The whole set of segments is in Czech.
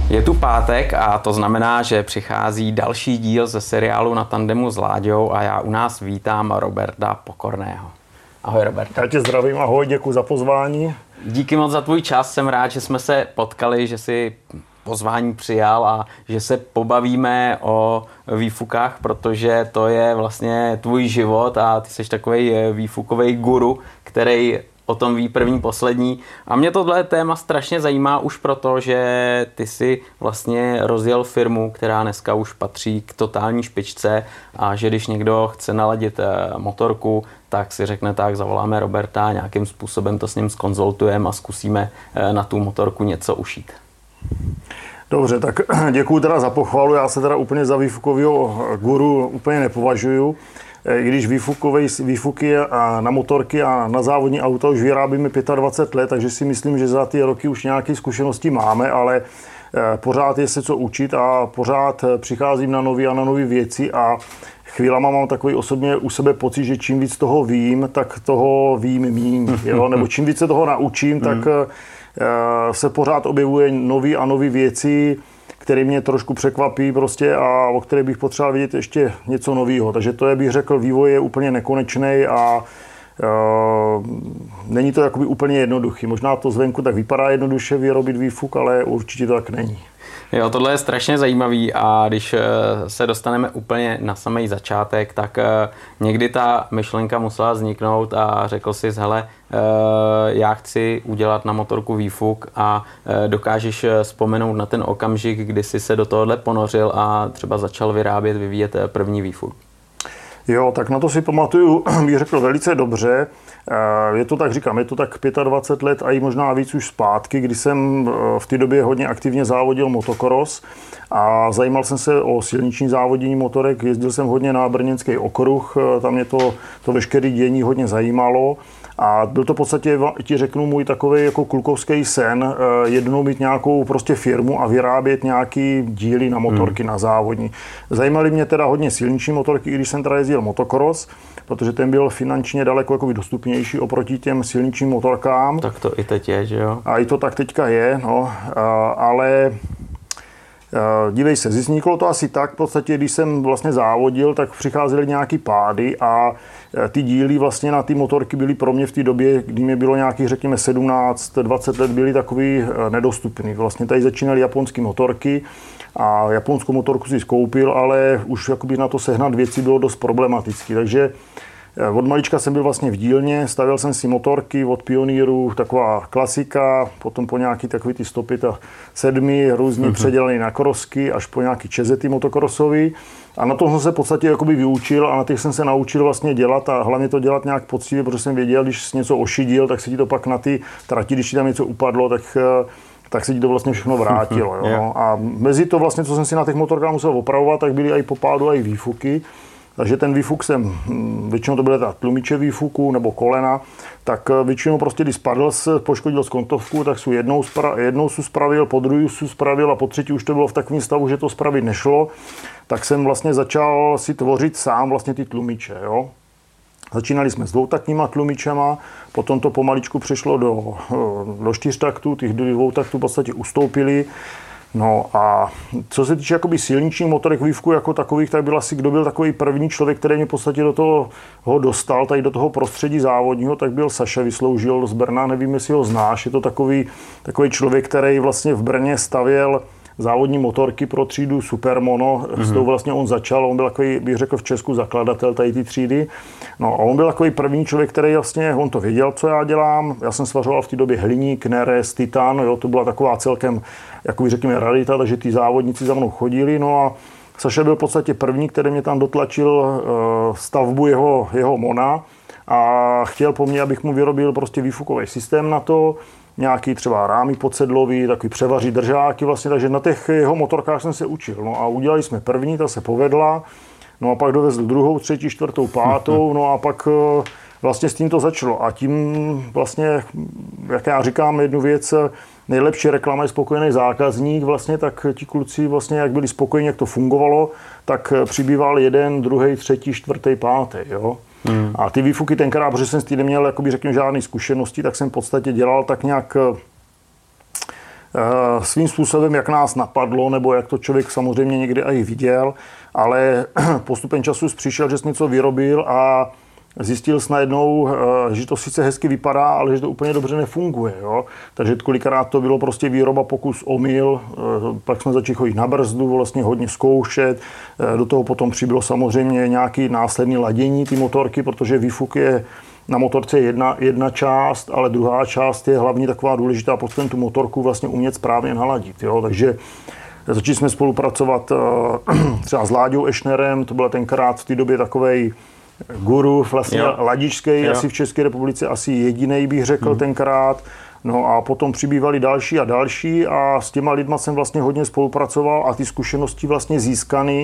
Je tu pátek a to znamená, že přichází další díl ze seriálu Na tandemu s Láďou a já u nás vítám Roberta Pokorného. Ahoj, Robert. Já tě zdravím, ahoj, děkuji za pozvání. Díky moc za tvůj čas, jsem rád, že jsme se potkali, že jsi pozvání přijal a že se pobavíme o výfukách, protože to je vlastně tvůj život a ty jsi takovej výfukový guru, který o tom ví první, poslední. A mě tohle téma strašně zajímá už proto, že ty si vlastně rozjel firmu, která dneska už patří k totální špičce a že když někdo chce naladit motorku, tak si řekne tak, zavoláme Roberta, nějakým způsobem to s ním zkonzultujeme a zkusíme na tu motorku něco ušít. Dobře, tak děkuji teda za pochvalu. Já se teda úplně za výfukového guru úplně nepovažuju. I když výfuky na motorky a na závodní auta už vyrábíme 25 let, takže si myslím, že za ty roky už nějaké zkušenosti máme, ale pořád je se co učit a pořád přicházím na nové a na nové věci a chvílema mám takový osobně u sebe pocit, že čím víc toho vím, tak toho vím míň, jo? Nebo čím víc se toho naučím, tak se pořád objevuje nové a nové věci, které mě trošku překvapí prostě a o které bych potřeboval vidět ještě něco nového. Takže to je, bych řekl, vývoj je úplně nekonečný a není to jakoby úplně jednoduchý. Možná to zvenku tak vypadá jednoduše vyrobit výfuk, ale určitě to tak není. Jo, tohle je strašně zajímavý a když se dostaneme úplně na samý začátek, tak někdy ta myšlenka musela vzniknout a řekl si, hele, já chci udělat na motorku výfuk a dokážeš vzpomenout na ten okamžik, kdy jsi se do tohohle ponořil a třeba začal vyvíjet první výfuk. Jo, tak na to si pamatuju, bych řekl, velice dobře. Je to tak, říkám, je to tak 25 let a i možná víc už zpátky, kdy jsem v té době hodně aktivně závodil motocross a zajímal jsem se o silniční závodění motorek, jezdil jsem hodně na brněnský okruh, tam mě to veškeré dění hodně zajímalo. A byl to v podstatě, ti řeknu, můj takový jako klukovský sen, jednou mít nějakou prostě firmu a vyrábět nějaký díly na motorky na závodní. Zajímaly mě teda hodně silniční motorky, i když jsem teda jezdil motocross, protože ten byl finančně daleko jako dostupnější oproti těm silničním motorkám. Tak to i teď je, že jo? A i to tak teďka je, no, ale dívej se, vzniklo to asi tak, v podstatě, když jsem vlastně závodil, tak přicházely nějaký pády a ty díly vlastně na ty motorky byly pro mě v té době, kdy mě bylo nějakých, řekněme, 17-20 let, byly takový nedostupný. Vlastně tady začínaly japonské motorky a japonskou motorku si skoupil, ale už jakoby na to sehnat věci bylo dost problematické. Takže od malička jsem byl vlastně v dílně, stavěl jsem si motorky od pionýrů, taková klasika, potom po nějaký takový ty 107 různě předělaný na krosky, až po nějaký čezety motokrosový. A na tom jsem se v podstatě jakoby vyučil a na těch jsem se naučil vlastně dělat a hlavně to dělat nějak poctivě, protože jsem věděl, když jsi něco ošidil, tak se ti to pak na ty trati, když ti tam něco upadlo, tak se ti to vlastně všechno vrátilo. Jo? A mezi to vlastně, co jsem si na těch motorkách musel opravovat, tak byly i po pádu, i výfuky. Takže ten výfuk jsem, většinou to byly tlumiče výfuku nebo kolena, tak většinou prostě, když spadl, poškodil skontovku, tak jednou jsem spravil, po druhou jsem spravil a po třetí už to bylo v takovém stavu, že to spravit nešlo, tak jsem vlastně začal si tvořit sám vlastně ty tlumiče, jo. Začínali jsme s dvoutaktníma tlumičema, potom to pomaličku přešlo do čtyřtaktů, těch dvoutaktů v podstatě ustoupili. No a co se týče jakoby silničních motorek výfuku jako takových, tak byl asi, kdo byl takový první člověk, který mě v podstatě do toho dostal, tady do toho prostředí závodního, tak byl Saša Vysloužil z Brna, nevím, jestli ho znáš, je to takový člověk, který vlastně v Brně stavěl závodní motorky pro třídu Supermono, s tou vlastně on začal, on byl takový, bych řekl, v Česku zakladatel tady ty třídy. No a on byl takový první člověk, který vlastně, on to věděl, co já dělám. Já jsem svařoval v té době hliník, nerez, titan, jo, to byla taková celkem, jakoby řekněme, rarita, takže ty závodníci za mnou chodili. No a Saša byl v podstatě první, který mě tam dotlačil stavbu jeho Mona a chtěl po mně, abych mu vyrobil prostě výfukový systém na to, nějaký třeba rámy podsedlový, takový převaří držáky vlastně, takže na těch jeho motorkách jsem se učil. No a udělali jsme první, ta se povedla, no a pak dovezl druhou, třetí, čtvrtou, pátou, no a pak vlastně s tím to začalo. A tím vlastně, jak já říkám jednu věc, nejlepší reklama je spokojený zákazník, vlastně, tak ti kluci vlastně, jak byli spokojení, jak to fungovalo, tak přibýval jeden, druhý, třetí, čtvrtý, pátý, jo. A ty výfuky tenkrát, protože jsem s tím neměl, jakoby řekněme, žádné zkušenosti, tak jsem v podstatě dělal tak nějak svým způsobem, jak nás napadlo, nebo jak to člověk samozřejmě někdy i viděl, ale postupem času přišel, že jsi něco vyrobil a zjistil jsi najednou, že to sice hezky vypadá, ale že to úplně dobře nefunguje. Jo? Takže kolikrát to bylo prostě výroba pokus omyl, pak jsme začali chodit na brzdu, vlastně hodně zkoušet, do toho potom přibylo samozřejmě nějaký následný ladění ty motorky, protože výfuk je na motorce jedna část, ale druhá část je hlavně taková důležitá, prostě tu motorku vlastně umět správně naladit. Jo? Takže začali jsme spolupracovat třeba s Láďou Ešnerem, to byl tenkrát v té době takovej guru vlastně ladičský, asi v České republice asi jedinej bych řekl tenkrát. No a potom přibývali další a další a s těma lidma jsem vlastně hodně spolupracoval a ty zkušenosti vlastně získaný.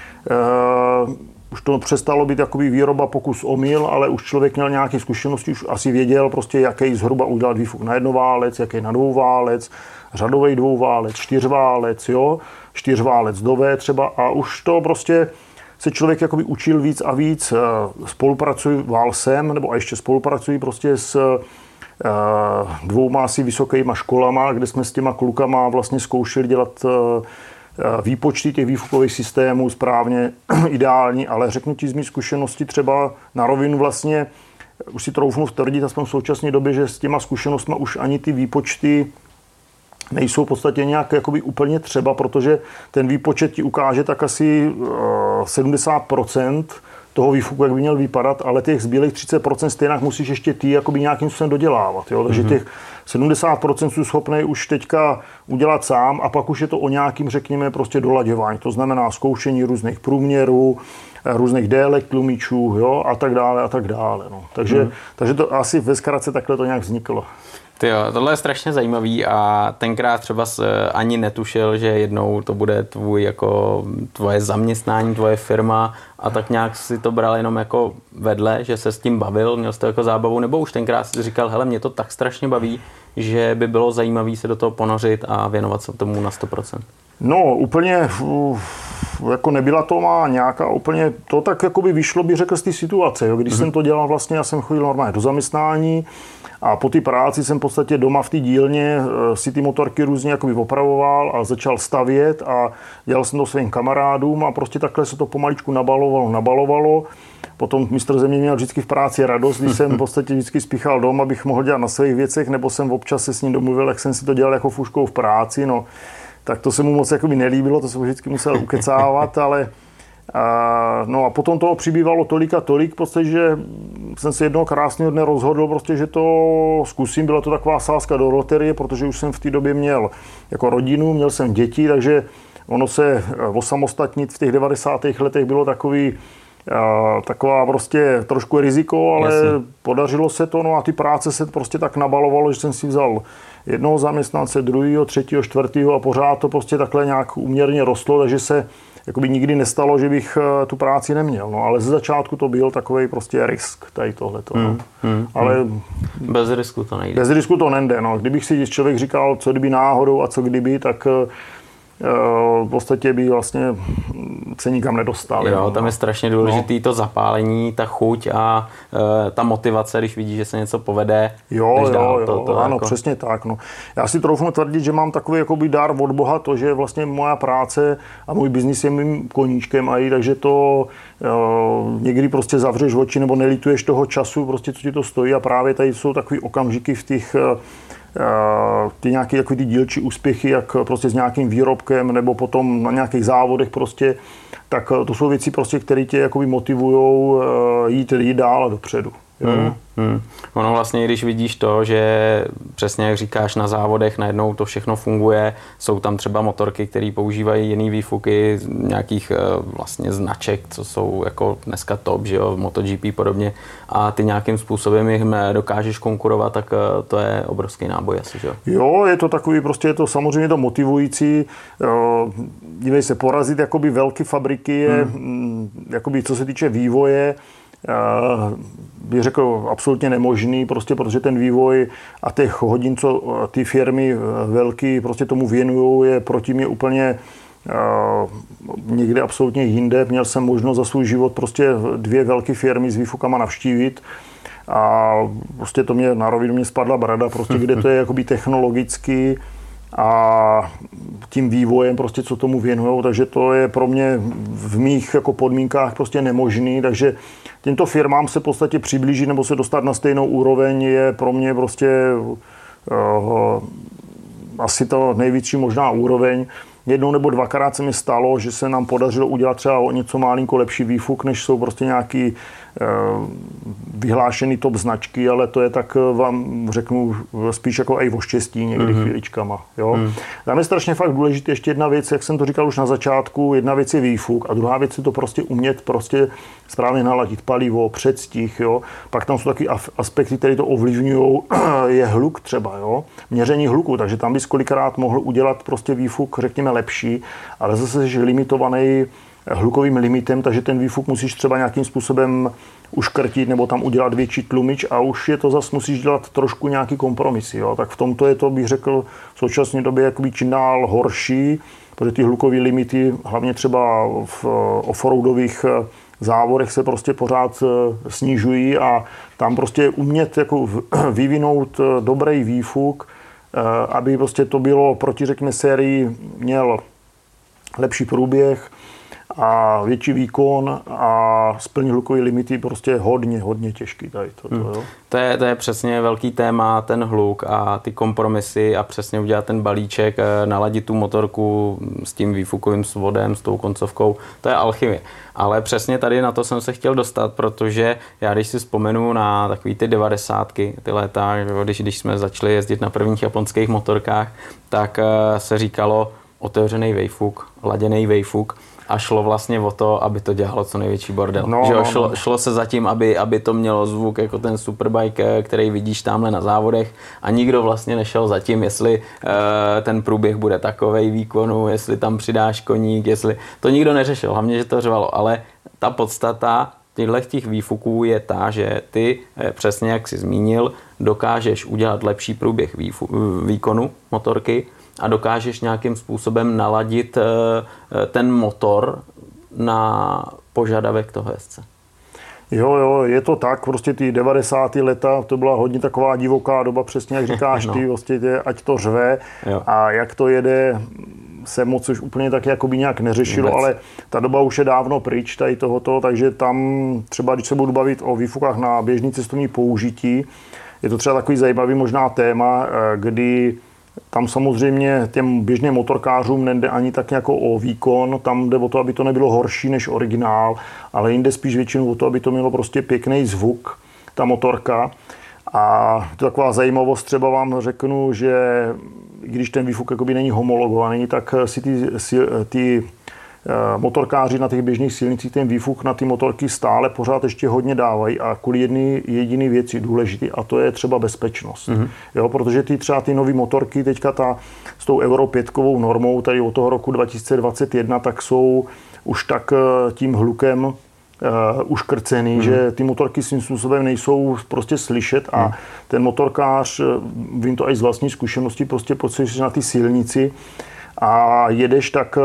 Už to přestalo být jakoby výroba pokus omyl, ale už člověk měl nějaké zkušenosti, už asi věděl prostě, jaký zhruba udělat výfuk na jednoválec, jaký na dvouválec, řadový dvouválec, čtyřválec, jo, čtyřválec do V třeba a už to prostě se člověk jakoby učil víc a víc. Spolupracoval jsem, nebo a ještě spolupracuji prostě s dvouma asi vysokýma školama, kde jsme s těma klukama vlastně zkoušeli dělat výpočty těch výfukových systémů správně, ideální, ale řeknu ti z mých zkušeností třeba na rovinu vlastně, už si troufnu tvrdit, aspoň v současné době, že s těma zkušenostmi už ani ty výpočty nejsou v podstatě nějak jakoby úplně třeba, protože ten výpočet ti ukáže tak asi 70% toho výfuku, jak by měl vypadat, ale těch zbylých 30% stejně musíš ještě ty jakoby nějakým způsobem dodělávat. Jo? Takže těch 70% jsou schopný už teďka udělat sám a pak už je to o nějakým, řekněme, prostě dolaďování. To znamená zkoušení různých průměrů, různých délek tlumičů, jo? A tak dále a tak dále. No. Takže to asi ve zkratce takhle to nějak vzniklo. Tyjo, tohle je strašně zajímavý a tenkrát třeba ani netušil, že jednou to bude tvoje zaměstnání, tvoje firma a tak nějak si to bral jenom jako vedle, že se s tím bavil, měl jsi to jako zábavu, nebo už tenkrát si říkal, hele, mě to tak strašně baví, že by bylo zajímavý se do toho ponořit a věnovat se tomu na 100%. No, úplně jako nebyla to má nějaká úplně, to tak jako by vyšlo, by řekl z té situace, jo. Když jsem to dělal vlastně, já jsem chodil normálně do zaměstnání a po té práci jsem v podstatě doma v té dílně si ty motorky různě jakoby opravoval a začal stavět a dělal jsem to svým kamarádům a prostě takhle se to pomaličku nabalovalo. Potom mistr země měl vždycky v práci radost, když jsem v podstatě vždycky spíchal doma, abych mohl dělat na svých věcech, nebo jsem občas se s ním domluvil, jak jsem si to dělal jako fůškou v práci, no. Tak to se mu moc jakoby nelíbilo, to jsem vždycky musel ukecávat, ale no a potom toho přibývalo tolik a tolik, v podstatě, že jsem se jednoho krásného dne rozhodl, prostě, že to zkusím, byla to taková sázka do loterie, protože už jsem v té době měl jako rodinu, měl jsem děti, takže ono se osamostatnit v těch 90. letech bylo taková prostě trošku riziko, ale podařilo se to, no a ty práce se prostě tak nabalovalo, že jsem si vzal jednoho zaměstnance, druhého, třetího, čtvrtého a pořád to prostě takhle nějak úměrně rostlo, takže se jakoby nikdy nestalo, že bych tu práci neměl, no, ale ze začátku to byl takovej prostě risk, tady tohleto, no. Ale bez risku to nejde. Bez risku to nejde, no. Kdybych si člověk říkal, co kdyby náhodou a co kdyby, tak v podstatě by vlastně se nikam nedostali. Jo, tam je strašně důležitý to zapálení, ta chuť a ta motivace, když vidíš, že se něco povede. Jo, ano, jako přesně tak. No. Já si troufnu tvrdit, že mám takový jakoby dar od Boha, to, že vlastně moja práce a můj biznis je mým koníčkem a takže to někdy prostě zavřeš oči nebo nelituješ toho času, prostě co ti to stojí a právě tady jsou takový okamžiky v těch ty nějaké jako ty dílčí úspěchy, jak prostě s nějakým výrobkem nebo potom na nějakých závodech prostě, tak to jsou věci prostě, které tě jakoby motivujou jít dál a dopředu. Ono vlastně, když vidíš to, že přesně jak říkáš, na závodech najednou to všechno funguje, jsou tam třeba motorky, které používají jiný výfuky nějakých vlastně značek, co jsou jako dneska top, že jo, MotoGP podobně a ty nějakým způsobem jim dokážeš konkurovat, tak to je obrovský náboj asi, že jo? Jo, je to takový, prostě je to samozřejmě to motivující, dívej se, porazit jakoby velké fabriky je, jakoby co se týče vývoje, bych řekl absolutně nemožný, prostě protože ten vývoj a těch hodin, co ty firmy velký prostě tomu věnují, je proti mě úplně někde absolutně jinde. Měl jsem možnost za svůj život prostě 2 velké firmy s výfukama navštívit a prostě to mě na rovinu mě spadla brada, prostě kde to je jakoby technologicky a tím vývojem, prostě, co tomu věnujou, takže to je pro mě v mých jako podmínkách prostě nemožný, takže těmto firmám se v podstatě přiblížit nebo se dostat na stejnou úroveň je pro mě prostě asi to největší možná úroveň. Jednou nebo dvakrát se mi stalo, že se nám podařilo udělat třeba o něco malinko lepší výfuk, než jsou prostě nějaký vyhlášený top značky, ale to je tak, vám řeknu, spíš jako i o štěstí někdy chvíličkama. Jo? Tam je strašně fakt důležité ještě jedna věc, jak jsem to říkal už na začátku, jedna věc je výfuk a druhá věc je to prostě umět prostě správně naladit palivo, předstih, jo? Pak tam jsou taky aspekty, které to ovlivňují, je hluk třeba, jo? Měření hluku, takže tam bys kolikrát mohl udělat prostě výfuk, řekněme, lepší, ale zase jsi limitovaný hlukovým limitem, takže ten výfuk musíš třeba nějakým způsobem uškrtit nebo tam udělat větší tlumič a už je to zase musíš dělat trošku nějaký kompromisy. Jo? Tak v tomto je to, bych řekl, v současné době jakoby čím dál horší, protože ty hlukové limity, hlavně třeba v offroadových závorech se prostě pořád snižují a tam prostě umět jako vyvinout dobrý výfuk, aby prostě to bylo proti, řekněme, sérii měl lepší průběh a větší výkon a splnit hlukové limity prostě hodně těžký tady toto, jo. To je přesně velký téma, ten hluk a ty kompromisy a přesně udělat ten balíček, naladit tu motorku s tím výfukovým svodem, s tou koncovkou, to je alchymie. Ale přesně tady na to jsem se chtěl dostat, protože já když si vzpomenu na takový ty 90ky, ty léta, když jsme začali jezdit na prvních japonských motorkách, tak se říkalo otevřený výfuk, laděný výfuk. A šlo vlastně o to, aby to dělalo co největší bordel. Šlo se za tím, aby to mělo zvuk jako ten superbike, který vidíš tamhle na závodech a nikdo vlastně nešel za tím, jestli ten průběh bude takovej výkonu, jestli tam přidáš koník, jestli... To nikdo neřešil, hlavně, že to řvalo, ale ta podstata těch výfuků je ta, že ty, přesně jak jsi zmínil, dokážeš udělat lepší průběh výkonu motorky, a dokážeš nějakým způsobem naladit ten motor na požadavek toho jezdce. Jo, je to tak, prostě ty 90. leta, to byla hodně taková divoká doba, přesně jak říkáš ty, vlastně ať to řve a jak to jede, se moc už úplně tak jakoby nějak neřešilo, ale ta doba už je dávno pryč tady tohoto, takže tam třeba, když se budu bavit o výfukách na běžný cestovní použití, je to třeba takový zajímavý možná téma, kdy tam samozřejmě těm běžným motorkářům nejde ani tak jako o výkon, tam jde o to, aby to nebylo horší než originál, ale jinde spíš většinou o to, aby to mělo prostě pěkný zvuk, ta motorka. A to taková zajímavost, třeba vám řeknu, že když ten výfuk jakoby není homologovaný, tak si ty motorkáři na těch běžných silnicích ten výfuk na ty motorky stále pořád ještě hodně dávají a kvůli jediný věci důležitý a to je třeba bezpečnost. Jo, protože třeba ty nové motorky teďka s tou Euro 5 normou tady od toho roku 2021 tak jsou už tak tím hlukem uškrcený, že ty motorky svým způsobem nejsou prostě slyšet a ten motorkář, vím to i z vlastní zkušenosti, prostě pocítíš na ty silnici a jedeš tak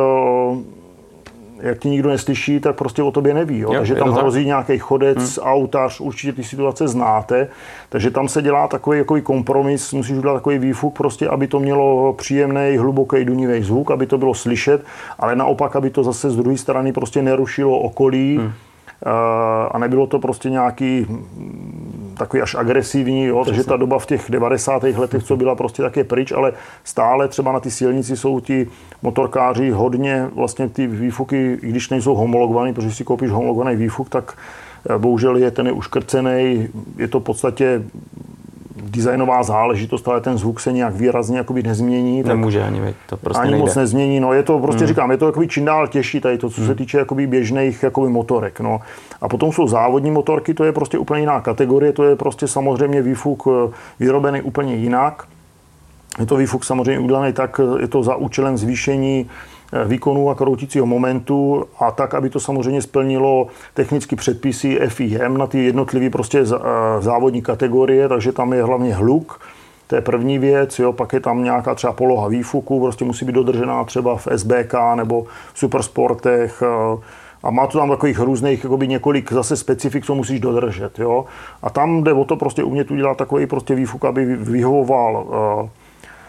jak ti nikdo neslyší, tak prostě o tobě neví. Jo? Takže tam hrozí nějaký chodec, autář, určitě ty situace znáte. Takže tam se dělá takový kompromis, musíš udělat takový výfuk, prostě, aby to mělo příjemný, hluboký, dunivý zvuk, aby to bylo slyšet, ale naopak, aby to zase z druhé strany prostě nerušilo okolí a nebylo to prostě nějaký takový až agresivní, jo? Takže ta doba v těch 90. letech, co byla prostě také pryč, ale stále třeba na ty silnici jsou ti motorkáři hodně vlastně ty výfuky, i když nejsou homologovaný, protože si koupíš homologovaný výfuk, tak bohužel ten uškrcený, je to v podstatě designová záležitost, ale ten zvuk se nějak výrazně jakoby nezmění. Nemůže ani, to prostě ani nejde. Moc nezmění, no je to prostě říkám, je to jakoby čím dál těžší tady to, co se týče jakoby běžných jakoby motorek, no. A potom jsou závodní motorky, to je prostě úplně jiná kategorie, to je prostě samozřejmě výfuk vyrobený úplně jinak. Je to výfuk samozřejmě udělaný tak, je to za účelem zvýšení výkonu a kroutícího momentu a tak, aby to samozřejmě splnilo technické předpisy FIM na ty jednotlivé prostě závodní kategorie, takže tam je hlavně hluk, to je první věc, jo, pak je tam nějaká třeba poloha výfuku, prostě musí být dodržená třeba v SBK nebo v supersportech a má to tam takových různých jakoby několik zase specifik, co musíš dodržet, jo. A tam jde o to prostě umět udělat takový prostě výfuk, aby vyhovoval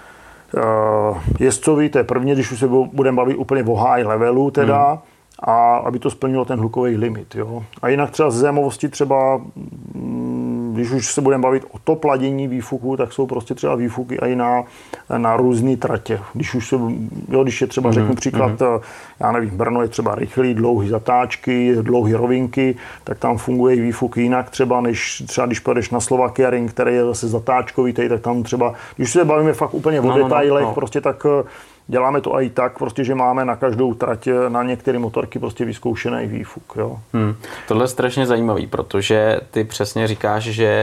jezdcovi, to je první, když už se budeme bavit úplně o high levelu teda, a aby to splnilo ten hlukový limit. Jo. A jinak třeba z zémovosti třeba, když už se budeme bavit o top ladění výfuku, tak jsou prostě třeba výfuky i na různé tratě. Když je třeba, řeknu příklad, já nevím, Brno je třeba rychlý, dlouhý zatáčky, dlouhý rovinky, tak tam funguje výfuk jinak třeba, než třeba když pojedeš na Slovakia Ring, který je zase zatáčkovitý, tak tam třeba, když se bavíme fakt úplně o detailech, prostě tak děláme to i tak, prostě, že máme na každou trať, na některé motorky prostě vyzkoušený výfuk. Jo. Tohle je strašně zajímavý, protože ty přesně říkáš, že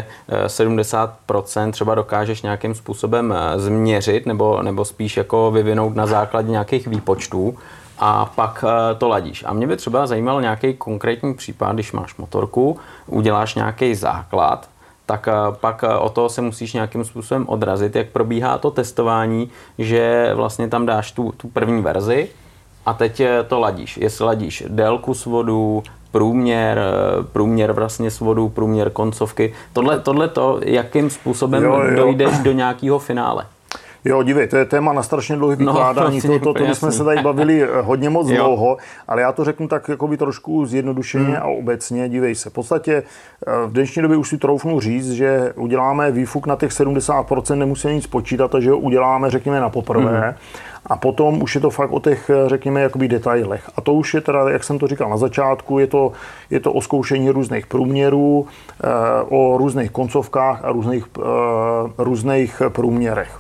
70% třeba dokážeš nějakým způsobem změřit nebo spíš jako vyvinout na základě nějakých výpočtů a pak to ladíš. A mě by třeba zajímal nějaký konkrétní případ, když máš motorku, uděláš nějaký základ, tak pak o toho se musíš nějakým způsobem odrazit, jak probíhá to testování, že vlastně tam dáš tu první verzi a teď to ladíš. Jestli ladíš délku svodu, průměr vlastně svodu, průměr koncovky, tohle to, jakým způsobem dojdeš do nějakého finále. Jo, dívej, to je téma na strašně dlouhé vykládání. To bychom se tady bavili hodně moc dlouho, ale já to řeknu tak jakoby trošku zjednodušeně a obecně. Dívej se, v podstatě v dnešní době už si troufnu říct, že uděláme výfuk na těch 70%, nemusíme nic počítat, takže ho uděláme, řekněme, na poprvé. A potom už je to fakt o těch, řekněme, jakoby detailech. A to už je teda, jak jsem to říkal na začátku, je to o zkoušení různých průměrů, o různých koncovkách a různých průměrech.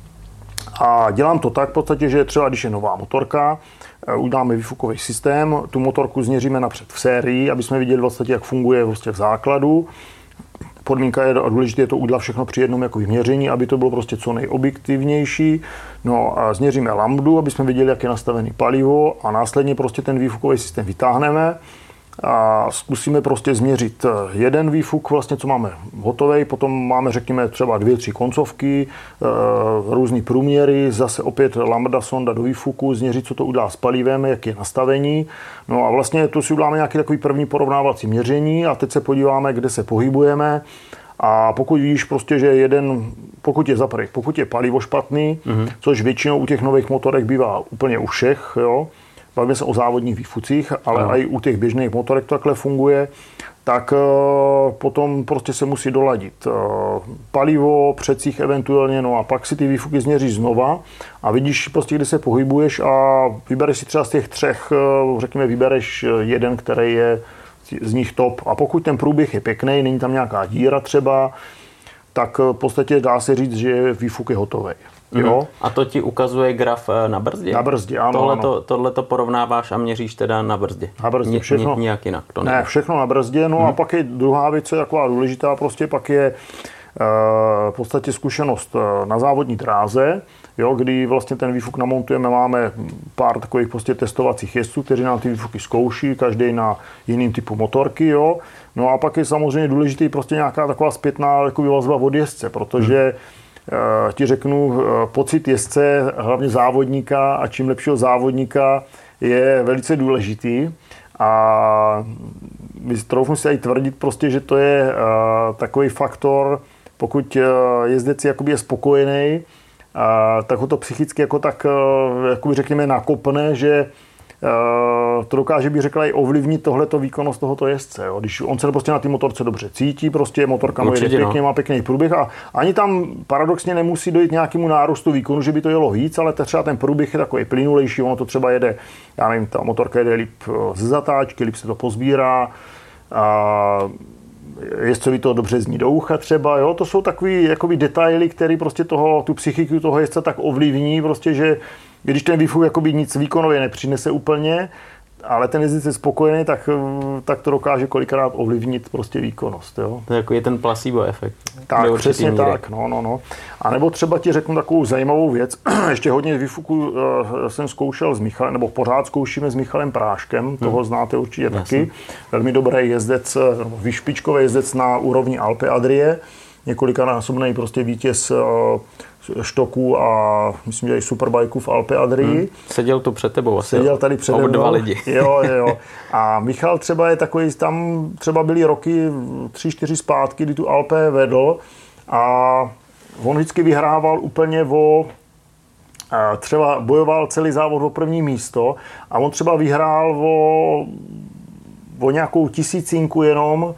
A dělám to tak v podstatě, že třeba když je nová motorka, uděláme výfukový systém, tu motorku změříme napřed v sérii, aby jsme viděli vlastně, jak funguje vlastně v základu. Podmínka je, a důležité je to udělat všechno při jednom jako měření, aby to bylo prostě co nejobjektivnější. No a změříme lambdu, aby jsme viděli, jak je nastavený palivo a následně prostě ten výfukový systém vytáhneme a zkusíme prostě změřit jeden výfuk, vlastně, co máme hotový, potom máme, řekněme, třeba 2-3 koncovky, různý průměry, zase opět lambda sonda do výfuku, změřit, co to udělá s palivem, jak je nastavení. No a vlastně to si uděláme nějaký takový první porovnávací měření a teď se podíváme, kde se pohybujeme. A pokud vidíš prostě, že pokud je palivo špatný, což většinou u těch nových motorek bývá úplně u všech, jo, bavíme se o závodních výfucích, ale i u těch běžných motorek to takhle funguje, tak potom prostě se musí doladit palivo, předcích eventuálně, no a pak si ty výfuky změříš znova a vidíš prostě, kde se pohybuješ a vybereš si třeba z těch 3, řekněme, vybereš jeden, který je z nich top. A pokud ten průběh je pěkný, není tam nějaká díra třeba, tak v podstatě dá se říct, že výfuk je hotový. Jo? A to ti ukazuje graf na brzdě? Na brzdě, ano. Tohle to porovnáváš a měříš teda na brzdě? Na brzdě, všechno. Nijak jinak to ne, všechno na brzdě, no a pak je druhá věc, co je taková důležitá, prostě pak je v podstatě zkušenost na závodní dráze, jo, kdy vlastně ten výfuk namontujeme, máme pár takových prostě testovacích jezdců, kteří nám ty výfuky zkouší, každý na jiným typu motorky, jo. No a pak je samozřejmě důležitý prostě nějaká taková zpětná vazba od jezdce, protože ti řeknu, pocit jezdce, hlavně závodníka a čím lepšího závodníka je velice důležitý a troufnu si i tvrdit prostě, že to je takový faktor, pokud jezdec je spokojený, tak ho to psychicky jako tak, jakoby řekněme, nakopne, že to dokáže, bych řekla, i ovlivnit tohleto výkonnost tohoto jezdce. Jo. Když on se prostě na té motorce dobře cítí, prostě motorka mu jede pěkně, má pěkný průběh a ani tam paradoxně nemusí dojít nějakému nárůstu výkonu, že by to jelo víc, ale třeba ten průběh je takový plynulejší, ono to třeba jede, já nevím, ta motorka jede líp ze zatáčky, líp se to pozbírá, jezdcovi to dobře zní do ucha třeba, jo, to jsou takový jakoby detaily, které prostě tu psychiku toho jezdce tak ovlivní, prostě, že když ten výfuk jakoby nic výkonově nepřinese úplně, ale ten jezdec je spokojený, tak to dokáže kolikrát ovlivnit prostě výkonnost. Jo. To je jako ten placebo efekt. Tak, přesně tak. No. A nebo třeba ti řeknu takovou zajímavou věc. Ještě hodně výfuku jsem zkoušel s Michalem, nebo pořád zkoušíme s Michalem Práškem, toho znáte určitě taky. Velmi dobrý jezdec, vyšpičkový jezdec na úrovni Alpe Adrie, několikanásobný prostě vítěz štoků a myslím, že i superbajků v Alpe Adrii. Seděl tu před tebou asi. Seděl tady přede mnou. 2 lidi. Jo. A Michal třeba je takový, tam třeba byly roky 3-4 zpátky, kdy tu Alpe vedl a on vždycky vyhrával úplně o třeba bojoval celý závod o první místo a on třeba vyhrál o nějakou tisícinku jenom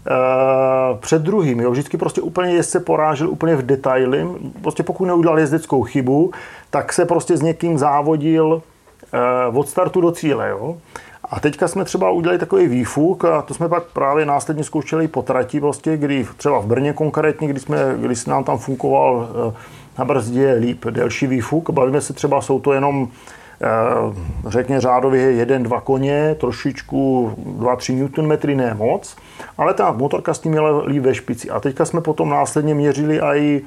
před druhým. Jo. Vždycky prostě úplně jezdce porážel úplně v detaily. Prostě pokud neudělal jezdeckou chybu, tak se prostě s někým závodil od startu do cíle. Jo. A teďka jsme třeba udělali takový výfuk a to jsme pak právě následně zkoušeli po trati, prostě, kdy třeba v Brně konkrétně, kdy se nám tam funkoval na brzdě líp delší výfuk. Bavíme se třeba, jsou to jenom řekně řádově 1-2 koně, trošičku 2-3 Nm, ne moc, ale ta motorka s tím měla líp ve špici. A teďka jsme potom následně měřili i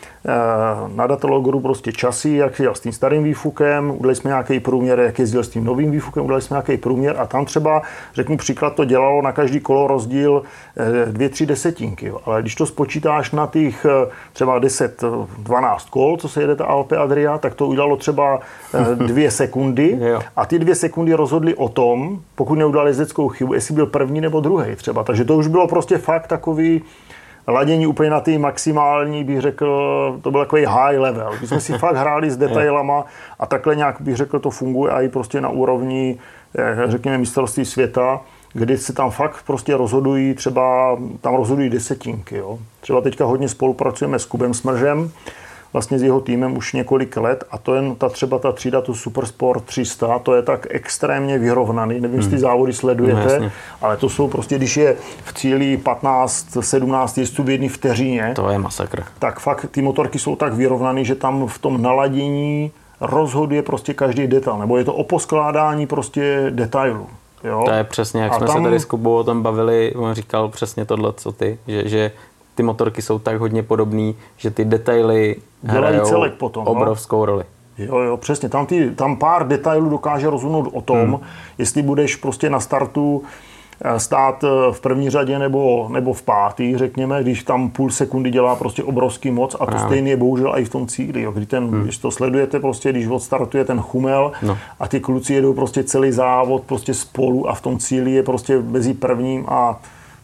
na datalogoru prostě časy, jak jel s tím starým výfukem, udělali jsme nějaký průměr, jak jezdil s tím novým výfukem, udělali jsme nějaký průměr a tam třeba, řeknu příklad, to dělalo na každý kolo rozdíl 2-3 desetinky. Jo. Ale když to spočítáš na těch třeba 10-12 kol, co se jede ta Alpe Adria, tak to udělalo třeba 2 sekundy a ty 2 sekundy rozhodly o tom, pokud neudělal jezdeckou chybu, jestli byl první nebo druhý třeba. Takže to už bylo prostě fakt takový ladění úplně na ty maximální, bych řekl, to byl takový high level. My jsme si fakt hráli s detailama a takhle nějak, bych řekl, to funguje i prostě na úrovni, řekněme, mistrovství světa, kdy se tam fakt prostě rozhodují, třeba tam rozhodují desetinky. Jo. Třeba teďka hodně spolupracujeme s Kubem Smržem, vlastně s jeho týmem už několik let a to je třeba ta třída, tu Supersport 300, to je tak extrémně vyrovnaný, nevím, jestli závody sledujete, no, ale to jsou prostě, když je v cíli 15-17 jezdců v jedné vteřině, to je masakr. Tak fakt ty motorky jsou tak vyrovnaný, že tam v tom naladění rozhoduje prostě každý detail, nebo je to o poskládání prostě detailů. Jo? To je přesně, jak jsme se tady s Kubou o tom bavili, on říkal přesně tohle, co ty, že ty motorky jsou tak hodně podobný, že ty detaily hrajou celek potom, obrovskou roli. Jo, přesně. Tam pár detailů dokáže rozhodnout o tom, jestli budeš prostě na startu stát v první řadě nebo v pátý, řekněme, když tam půl sekundy dělá prostě obrovský moc a to stejně je bohužel i v tom cíli. Jo, když to sledujete, prostě, když odstartuje ten chumel a ty kluci jedou prostě celý závod prostě spolu a v tom cíli je prostě mezi prvním a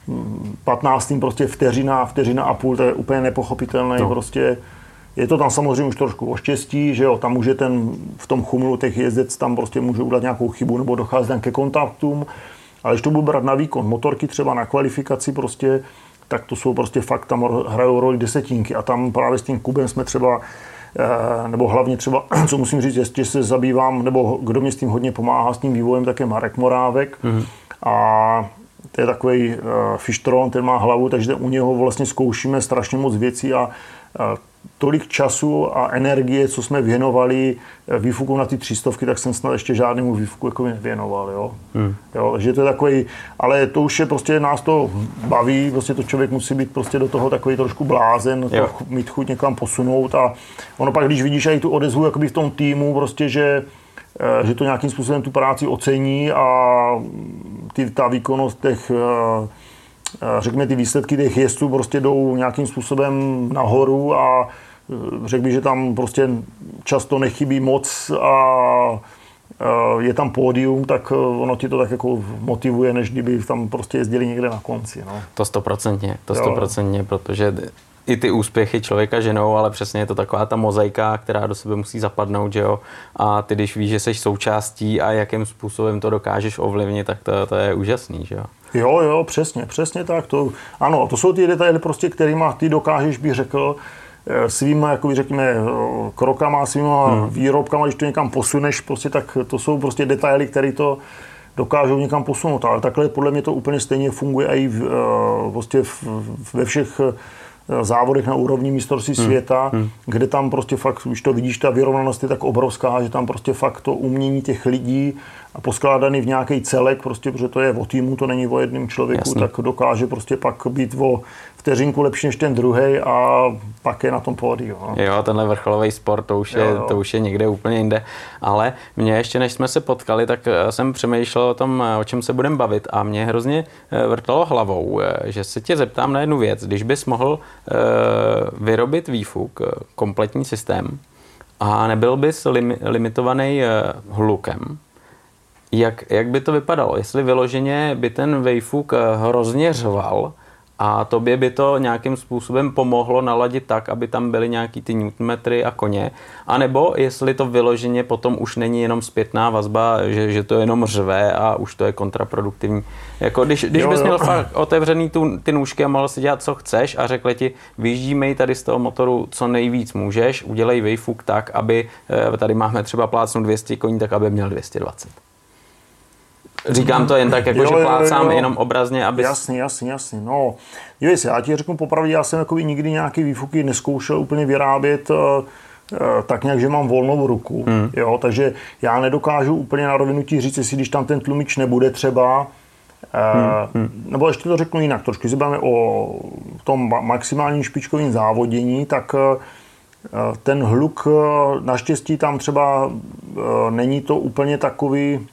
15. prostě vteřina a půl, to je úplně nepochopitelné, prostě je to tam samozřejmě už trošku o štěstí, že jo, tam může v tom chumlu těch jezdec tam prostě může udělat nějakou chybu nebo dochází tam ke kontaktům, ale když to budu brát na výkon motorky, třeba na kvalifikaci prostě, tak to jsou prostě fakt, tam hrajou roli desetinky a tam právě s tím Kubem jsme třeba, nebo hlavně třeba, co musím říct, jestli se zabývám, nebo kdo mě s tím hodně pomáhá s tím vývojem, tak je Marek Morávek a to je takový fištron, ten má hlavu, takže u něho vlastně zkoušíme strašně moc věcí a tolik času a energie, co jsme věnovali výfuku na ty 300, tak jsem snad ještě žádnému výfuku jako nevěnoval. Jo? Jo, že to je takový, ale to už je prostě, nás to baví, prostě to člověk musí být prostě do toho takový trošku blázen, mít chuť někam posunout a ono pak, když vidíš i tu odezvu jakoby v tom týmu, prostě, že to nějakým způsobem tu práci ocení a ta výkonnost těch, řekněme, ty výsledky těch jezdců prostě jdou nějakým způsobem nahoru a řekl bych, že tam prostě často nechybí moc a je tam pódium, tak ono ti to tak jako motivuje, než kdyby tam prostě jezdili někde na konci. No. To 100%, protože i ty úspěchy člověka ženou, ale přesně je to taková ta mozaika, která do sebe musí zapadnout, že jo. A ty, když víš, že jsi součástí a jakým způsobem to dokážeš ovlivnit, tak to je úžasný, že jo. Jo, přesně tak. Ano, to jsou ty detaily prostě, kterýma ty dokážeš, bych řekl, svýma, jakoby řekněme, krokama, svýma výrobkama, když to někam posuneš, prostě, tak to jsou prostě detaily, které to dokážou někam posunout. Ale takhle podle mě to úplně stejně funguje i prostě ve všech závodech na úrovni mistrovství světa, kde tam prostě fakt, když to vidíš, ta vyrovnanost je tak obrovská, že tam prostě fakt to umění těch lidí a poskládaný v nějaký celek, prostě, protože to je o týmu, to není o jednom člověku, tak dokáže prostě pak být o vteřinku lepší než ten druhej a pak je na tom pódiu. No. Jo, tenhle vrcholový sport, to už je někde úplně jinde. Ale mě ještě, než jsme se potkali, tak jsem přemýšlel o tom, o čem se budeme bavit a mě hrozně vrtalo hlavou, že se tě zeptám na jednu věc. Když bys mohl vyrobit výfuk, kompletní systém a nebyl bys limitovaný hlukem, jak by to vypadalo? Jestli vyloženě by ten výfuk hrozně řval A tobě by to nějakým způsobem pomohlo naladit tak, aby tam byly nějaký ty newtonmetry a koně. A nebo jestli to vyloženě potom už není jenom zpětná vazba, že to jenom řve a už to je kontraproduktivní. Jako když bys měl fakt otevřený ty nůžky a mohl si dělat, co chceš a řekli ti, vyjíždímej tady z toho motoru, co nejvíc můžeš, udělej výfuk tak, aby tady máme třeba plácnu 200 koní, tak aby měl 220. Říkám to jen tak, jako že plácám jenom obrazně, aby... Jasně. No, dívej se, já ti řeknu popravdě, já jsem jakoby nikdy nějaký výfuky neskoušel úplně vyrábět tak nějak, že mám volnou ruku. Jo, takže já nedokážu úplně na rovinu ti říct, jestli když tam ten tlumič nebude třeba, nebo ještě to řeknu jinak trošku, když se bavíme o tom maximálním špičkovým závodění, tak ten hluk naštěstí tam třeba není to úplně takový,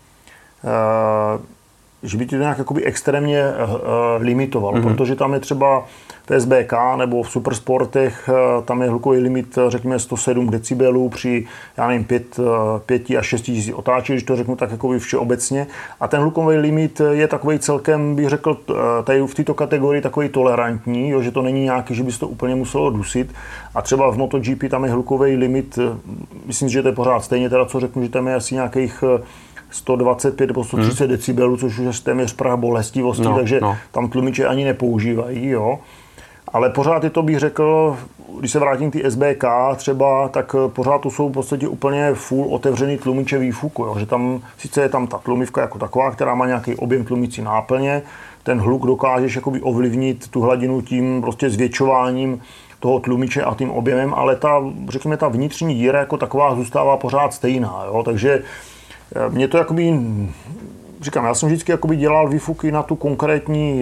že by ti to nějak jakoby extrémně limitovalo, protože tam je třeba v SBK nebo v supersportech, tam je hlukový limit, řekněme 107 decibelů při, já nevím, 5 až 6 tisíc otáček, když to řeknu tak jakoby všeobecně. A ten hlukový limit je takový celkem, bych řekl, tady v této kategorii takový tolerantní, jo, že to není nějaký, že by se to úplně muselo dusit. A třeba v MotoGP tam je hlukový limit, myslím, že to je pořád stejně, teda co řeknu, že tam je asi nějakých 125 nebo 130 decibelů, což už je téměř prach bolestivosti, takže tam tlumiče ani nepoužívají, jo. Ale pořád je to, bych řekl, když se vrátím k ty SBK třeba, tak pořád to jsou v podstatě úplně full otevřený tlumiče výfuku, jo. Že tam, sice je tam ta tlumivka jako taková, která má nějaký objem tlumicí náplně, ten hluk dokážeš jakoby ovlivnit tu hladinu tím prostě zvětšováním toho tlumiče a tím objemem, ale ta, řekněme, ta vnitřní díra jako taková zůstává pořád stejná, jo. Takže mě to jakoby, říkám, já jsem vždycky jakoby dělal výfuky na tu konkrétní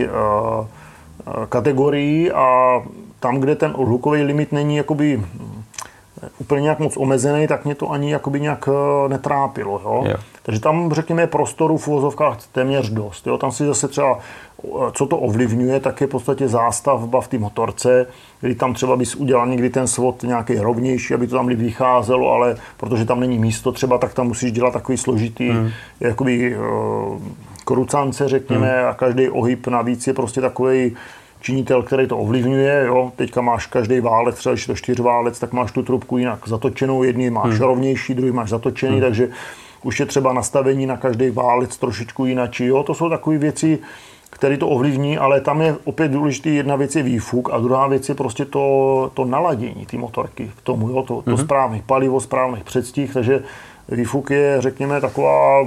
kategorii a tam, kde ten hlukový limit není jakoby úplně nějak moc omezený, tak mě to ani jakoby nějak netrápilo. Jo? Takže tam, řekněme, prostoru v uvozovkách téměř dost. Jo? Tam si zase třeba, co to ovlivňuje, tak je v podstatě zástavba v té motorce, kdy tam třeba bys udělal někdy ten svod nějaký rovnější, aby to tam líp vycházelo, ale protože tam není místo třeba, tak tam musíš dělat takový složitý jakoby krucance, řekněme, a každý ohyb navíc je prostě takový činitel, který to ovlivňuje. Jo? Teďka máš každý válec, třeba když je to 4válec, tak máš tu trubku jinak zatočenou, jedný máš rovnější, druhý máš zatočený, takže už je třeba nastavení na každý válec trošičku jinak. Jo? To jsou takové věci, které to ovlivní, ale tam je opět důležitý, jedna věc je výfuk a druhá věc je prostě to naladění té motorky k tomu, jo? To správných palivo, správných předstih, takže výfuk je, řekněme, taková,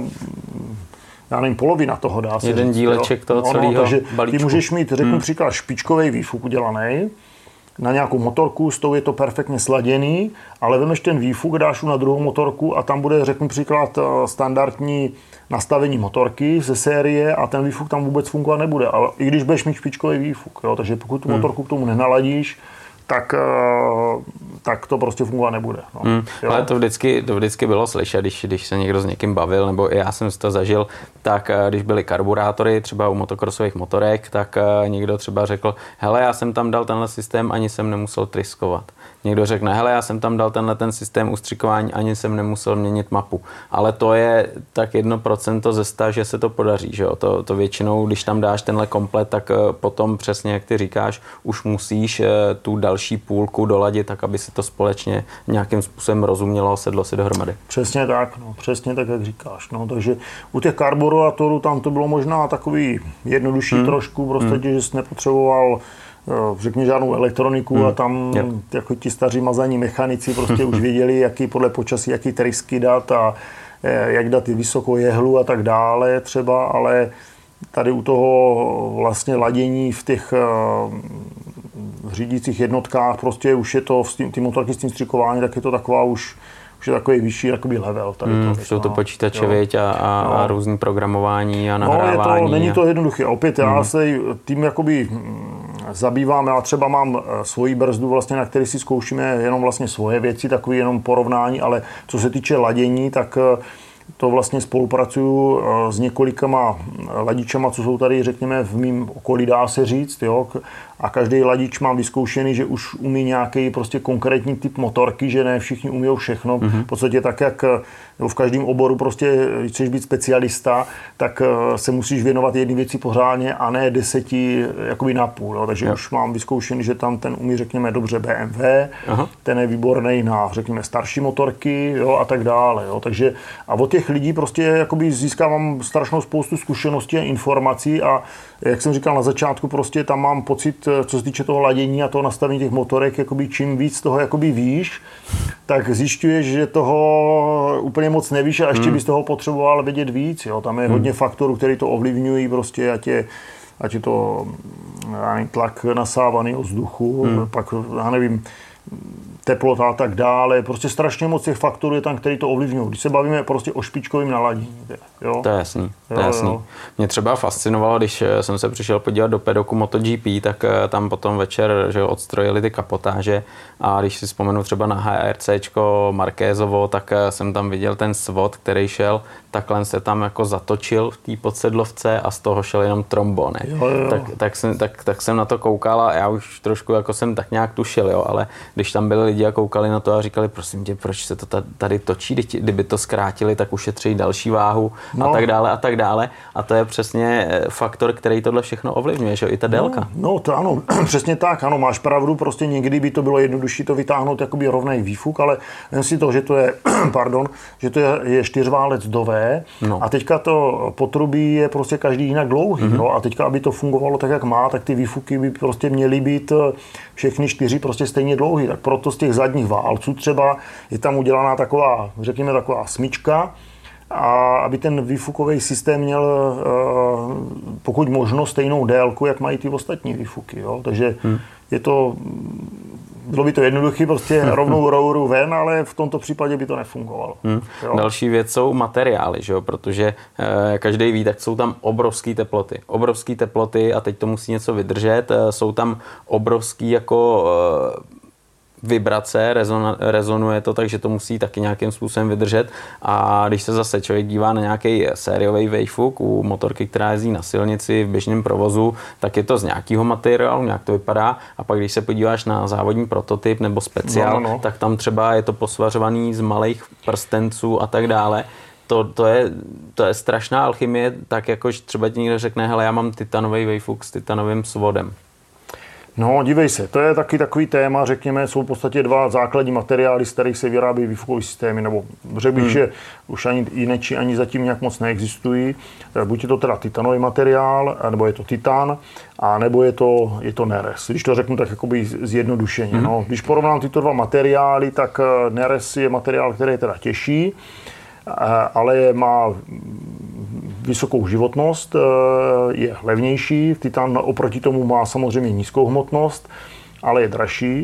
já nevím, polovina toho dá se jeden říct, díleček toho celého takže balíčku. Ty můžeš mít, řeknu příklad, špičkový výfuk udělaný na nějakou motorku, s tou je to perfektně sladěný, ale vemeš ten výfuk, dáš na druhou motorku a tam bude, řeknu příklad, standardní nastavení motorky ze série a ten výfuk tam vůbec fungovat nebude. Ale i když budeš mít špičkový výfuk, jo, takže pokud tu motorku k tomu nenaladíš, tak to prostě fungovat nebude. No. Ale to vždycky bylo slyšet, když se někdo s někým bavil, nebo i já jsem si to zažil, tak když byly karburátory třeba u motokrosových motorek, tak někdo třeba řekl, hele, já jsem tam dal tenhle systém, ani jsem nemusel triskovat. Někdo řekne, hele, já jsem tam dal ten systém ustřikování, ani jsem nemusel měnit mapu. Ale to je tak 1% ze 100, že se to podaří. Že jo? To většinou, když tam dáš tenhle komplet, tak potom přesně, jak ty říkáš, už musíš tu další půlku doladit, tak aby se to společně nějakým způsobem rozumělo a sedlo si dohromady. Přesně tak, přesně tak, jak říkáš. No, takže u těch karburátorů tam to bylo možná takový jednodušší trošku, prostě, že jsi nepotřeboval řekni žádnou elektroniku a tam jako ti staří mazaní mechanici prostě už věděli, jaký podle počasí, jaký trysky dát a jak dát ty vysokou jehlu a tak dále třeba, ale tady u toho vlastně ladění v těch řídících jednotkách prostě už je to, ty motorky s tím střikováním, tak je to taková už je takový vyšší jakoby level. Tady jsou to počítače, viď, a různý programování a nahrávání. Není to jednoduché. Opět já se tím jakoby zabývám, já třeba mám svoji brzdu, vlastně, na který si zkoušíme jenom vlastně svoje věci, takový jenom porovnání, ale co se týče ladění, tak to vlastně spolupracuju s několikama ladičama, co jsou tady, řekněme, v mém okolí, dá se říct, jo. A každý ladič mám vyzkoušený, že už umí nějaký prostě konkrétní typ motorky, že ne všichni umí všechno. V podstatě tak, jak v každém oboru prostě, když chceš být specialista, tak se musíš věnovat jedné věci pořádně a ne 10 jakoby napůl. Jo. Takže už mám vyzkoušený, že tam ten umí, řekněme, dobře BMW, ten je výborný na, řekněme, starší motorky, jo, a tak dále. Jo. Takže a od těch lidí prostě jakoby získávám strašnou spoustu zkušeností a informací a jak jsem říkal na začátku, prostě tam mám pocit, co se týče toho ladění a toho nastavení těch motorek, jakoby čím víc toho jakoby víš, tak zjišťuješ, že toho úplně moc nevíš a ještě bys toho potřeboval vědět víc. Jo. Tam je hodně faktorů, které to ovlivňují, prostě ať je to tlak nasávaný od vzduchu, pak já nevím, teplota a tak dále. Prostě strašně moc těch faktorů je tam, který to ovlivňují. Když se bavíme prostě o špičkovém naladění. Jo? To je jasný. Jo. Mě třeba fascinovalo, když jsem se přišel podívat do pedoku MotoGP, tak tam potom večer, že odstrojili ty kapotáže a když si vzpomenu třeba na HRCčko Marquézovo, tak jsem tam viděl ten svod, který takhle se tam jako zatočil v té podsedlovce a z toho šel jenom trombon. Tak jsem na to koukal a já už trošku jako jsem tak nějak tušil, jo, ale když tam byli lidi a koukali na to a říkali, prosím tě, proč se to tady točí, kdyby to zkrátili, tak ušetří další váhu a tak dále a tak dále. A to je přesně faktor, který tohle všechno ovlivňuje, že i ta délka. No to ano, přesně tak, ano, máš pravdu, prostě někdy by to bylo jednodušší to vytáhnout jakoby rovnej výfuk, ale jen si to, že to je, že to je čtyřválec dové a teďka to potrubí je prostě každý jinak dlouhý, no, a teďka, aby to fungovalo tak, jak má, tak ty výfuky by prostě měly být všechny 4 prostě stejně dlouhý, tak proto z těch zadních válců třeba je tam udělaná taková, řekněme, taková smyčka, a aby ten výfukový systém měl pokud možno stejnou délku, jak mají ty ostatní výfuky. Jo? Takže je to, bylo by to jednoduché, prostě rovnou rouru ven, ale v tomto případě by to nefungovalo. Jo? Další věc jsou materiály, že jo? Protože každý ví, tak jsou tam obrovské teploty a teď to musí něco vydržet. Jsou tam obrovský jako vibrace, rezonuje to, takže to musí taky nějakým způsobem vydržet. A když se zase člověk dívá na nějaký sériový výfuk u motorky, která jezdí na silnici v běžném provozu, tak je to z nějakého materiálu, nějak to vypadá. A pak když se podíváš na závodní prototyp nebo speciál, tak tam třeba je to posvařovaný z malých prstenců a tak dále. To je strašná alchymie, tak jakož třeba ti někdo řekne, hele, já mám titanový výfuk s titanovým svodem. No, dívej se, to je taky takový téma, řekněme, jsou v podstatě 2 základní materiály, z kterých se vyrábí výfukové systémy, nebo řekl bych, že už ani jineči ani zatím nějak moc neexistují. Buď je to teda titanový materiál, nebo je to titan, a nebo je to neres. Když to řeknu tak jakoby zjednodušeně. No. Když porovnám tyto 2 materiály, tak neres je materiál, který je teda těžší, ale má vysokou životnost, je levnější. Titan oproti tomu má samozřejmě nízkou hmotnost, ale je dražší.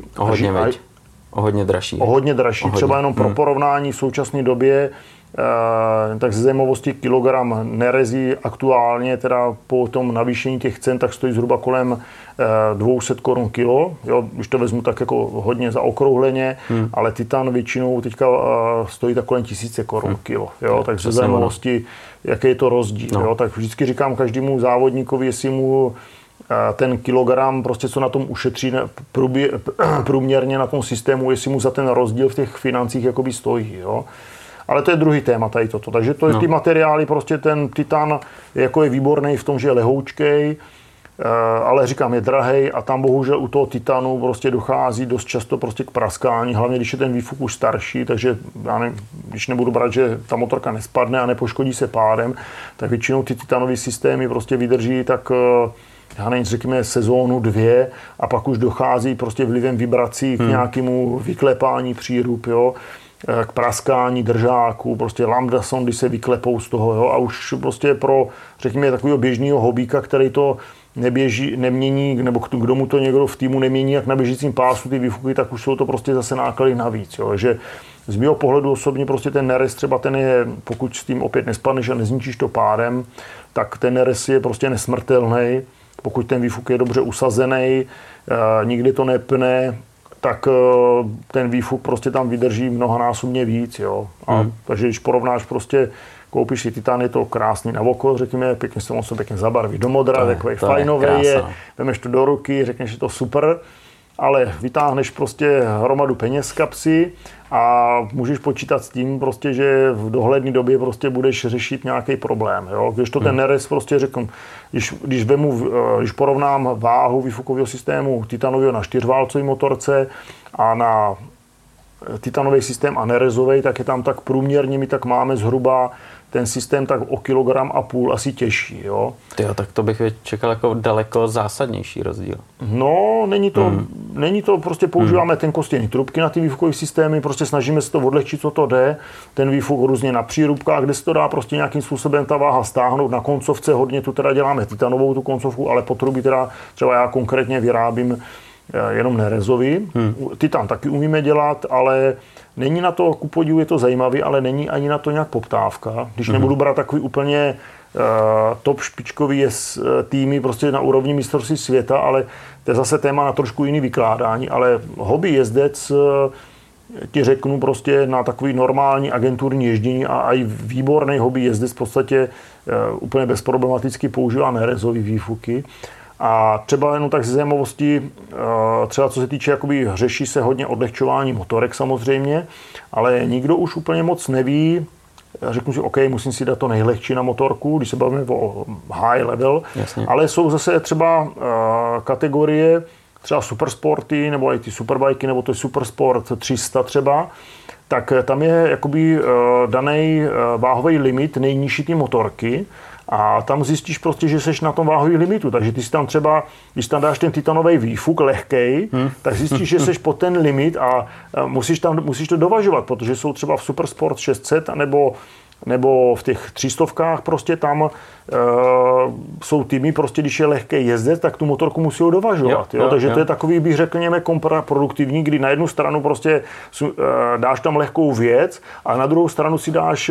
O hodně dražší. Třeba jenom pro porovnání v současné době, tak ze zajímavosti kilogram nerezí aktuálně, teda po tom navýšení těch cen, tak stojí zhruba kolem 200 korun kilo. Jo, když to vezmu tak jako hodně zaokrouhleně, ale titan většinou teďka stojí tak kolem 1000 korun kilo. Jo, tak ze zajímavosti, jaký je to rozdíl. Jo, tak vždycky říkám každému závodníkovi, jestli mu ten kilogram, prostě co na tom ušetří průměrně na tom systému, jestli mu za ten rozdíl v těch financích jakoby stojí. Jo. Ale to je druhý téma tady toto. Takže to je ty materiály, prostě ten titan jako je výborný v tom, že je lehoučkej, ale říkám, je drahej a tam bohužel u toho titanu prostě dochází dost často prostě k praskání, hlavně když je ten výfuk už starší, takže já nevím, když nebudu brát, že ta motorka nespadne a nepoškodí se pádem, tak většinou ty titanové systémy prostě vydrží tak, já nevím, řekněme sezónu 2 a pak už dochází prostě vlivem vibrací k nějakému vyklepání přírub, jo, k praskání držáků, prostě lambda sondy se vyklepou z toho, jo, a už prostě pro, řekněme, takového běžného hobíka, který to nemění, nebo kdo mu to někdo v týmu nemění jak na běžícím pásu ty výfuky, tak už jsou to prostě zase náklady navíc, jo, že z mého pohledu osobně prostě ten neres třeba ten je, pokud s tím opět nespadneš a nezničíš to pádem, tak ten neres je prostě nesmrtelný, pokud ten výfuk je dobře usazený, nikdy to nepne, tak ten výfuk prostě tam vydrží mnohonásobně víc. Jo? Takže když porovnáš prostě, koupíš si titan, je to krásný na oko, řekněme, pěkně se to pěkně zabarví do modra, takový fajnový je, vemeš to do ruky, řekneš, že to super, ale vytáhneš prostě hromadu peněz z kapsy a můžeš počítat s tím prostě, že v dohledné době prostě budeš řešit nějaký problém. Jo? Když to ten nerez prostě řeknu, když porovnám váhu výfukového systému titanového na 4válcový motorce a na titanový systém a nerezový, tak je tam tak průměrně, my tak máme zhruba ten systém tak o 1,5 kilogram asi těžší. Jo? Tyjo, tak to bych čekal jako daleko zásadnější rozdíl. No, není to prostě používáme tenkostěný trubky na ty výfukové systémy, prostě snažíme se to odlehčit, co to jde. Ten výfuk různě na přírubkách, kde se to dá prostě nějakým způsobem ta váha stáhnout. Na koncovce hodně tu teda děláme titanovou tu koncovku, ale potrubí teda třeba já konkrétně vyrábím jenom nerezový. Titan taky umíme dělat, ale není na to, ku podivu je to zajímavý, ale není ani na to nějak poptávka. Když nebudu brát takový úplně top špičkový týmy prostě na úrovni mistrovství světa, ale to je zase téma na trošku jiný vykládání, ale hobby jezdec ti řeknu prostě na takový normální agenturní ježdění a i výborný hobby jezdec v podstatě úplně bezproblematicky používá nerezový výfuky. A třeba jenom tak ze zajímavosti, třeba co se týče, jakoby řeší se hodně odlehčování motorek samozřejmě, ale nikdo už úplně moc neví, řeknu si, OK, musím si dát to nejlehčí na motorku, když se bavíme o high level, jasně. Ale jsou zase třeba kategorie, třeba supersporty, nebo i ty superbajky, nebo to je Supersport 300 třeba, tak tam je jakoby daný váhový limit nejnižší ty motorky, a tam zjistíš prostě, že seš na tom váhový limitu. Takže ty si tam třeba, když tam dáš ten titanový výfuk lehkej, tak zjistíš, že seš pod ten limit a musíš to dovažovat, protože jsou třeba v Supersport 600 nebo v těch 300 prostě tam jsou týmy, prostě když je lehký jezdec, tak tu motorku musí ho dovažovat. Jo? Takže to je takový, bych řekl, kontraproduktivní, kdy na jednu stranu prostě dáš tam lehkou věc a na druhou stranu si dáš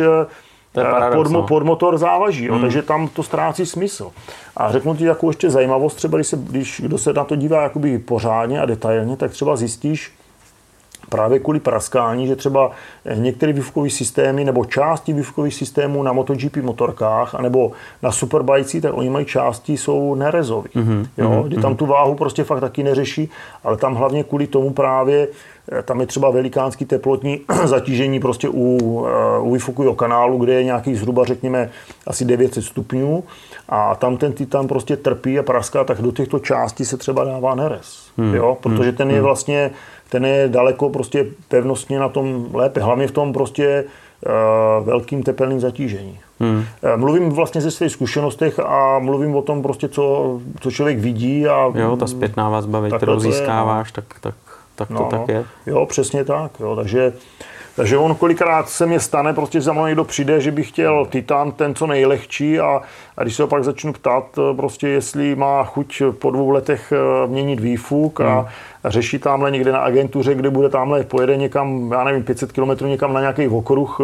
pod motor závaží, jo, takže tam to ztrácí smysl. A řeknu ti takovou ještě zajímavost, třeba když kdo se na to dívá jakoby pořádně a detailně, tak třeba zjistíš právě kvůli praskání, že třeba některé výfukové systémy nebo části výfukových systémů na MotoGP motorkách anebo na superbajcích, tak oni mají části, jsou nerezový. Kdy tam tu váhu prostě fakt taky neřeší, ale tam hlavně kvůli tomu právě tam je třeba velikánský teplotní zatížení prostě u výfukového kanálu, kde je nějakých zhruba, řekněme, asi 900 stupňů a tam ten titan prostě trpí a praská, tak do těchto částí se třeba dává nerez. Protože ten je vlastně, ten je daleko prostě pevnostně na tom lépe, hlavně v tom prostě velkým tepelným zatížení. Mluvím vlastně ze svých zkušenostech a mluvím o tom prostě, co člověk vidí. A ta zpětná vazba, kterou získáváš, tak to tak je. Jo, přesně tak. Jo, takže on kolikrát se mě stane, prostě za mnou někdo přijde, že by chtěl titan, ten co nejlehčí a když se ho pak začnu ptát, prostě jestli má chuť po 2 letech měnit výfuk a řeší tamhle někde na agentuře, kde bude tamhle, pojede někam, já nevím, 500 km někam na nějaký okruh,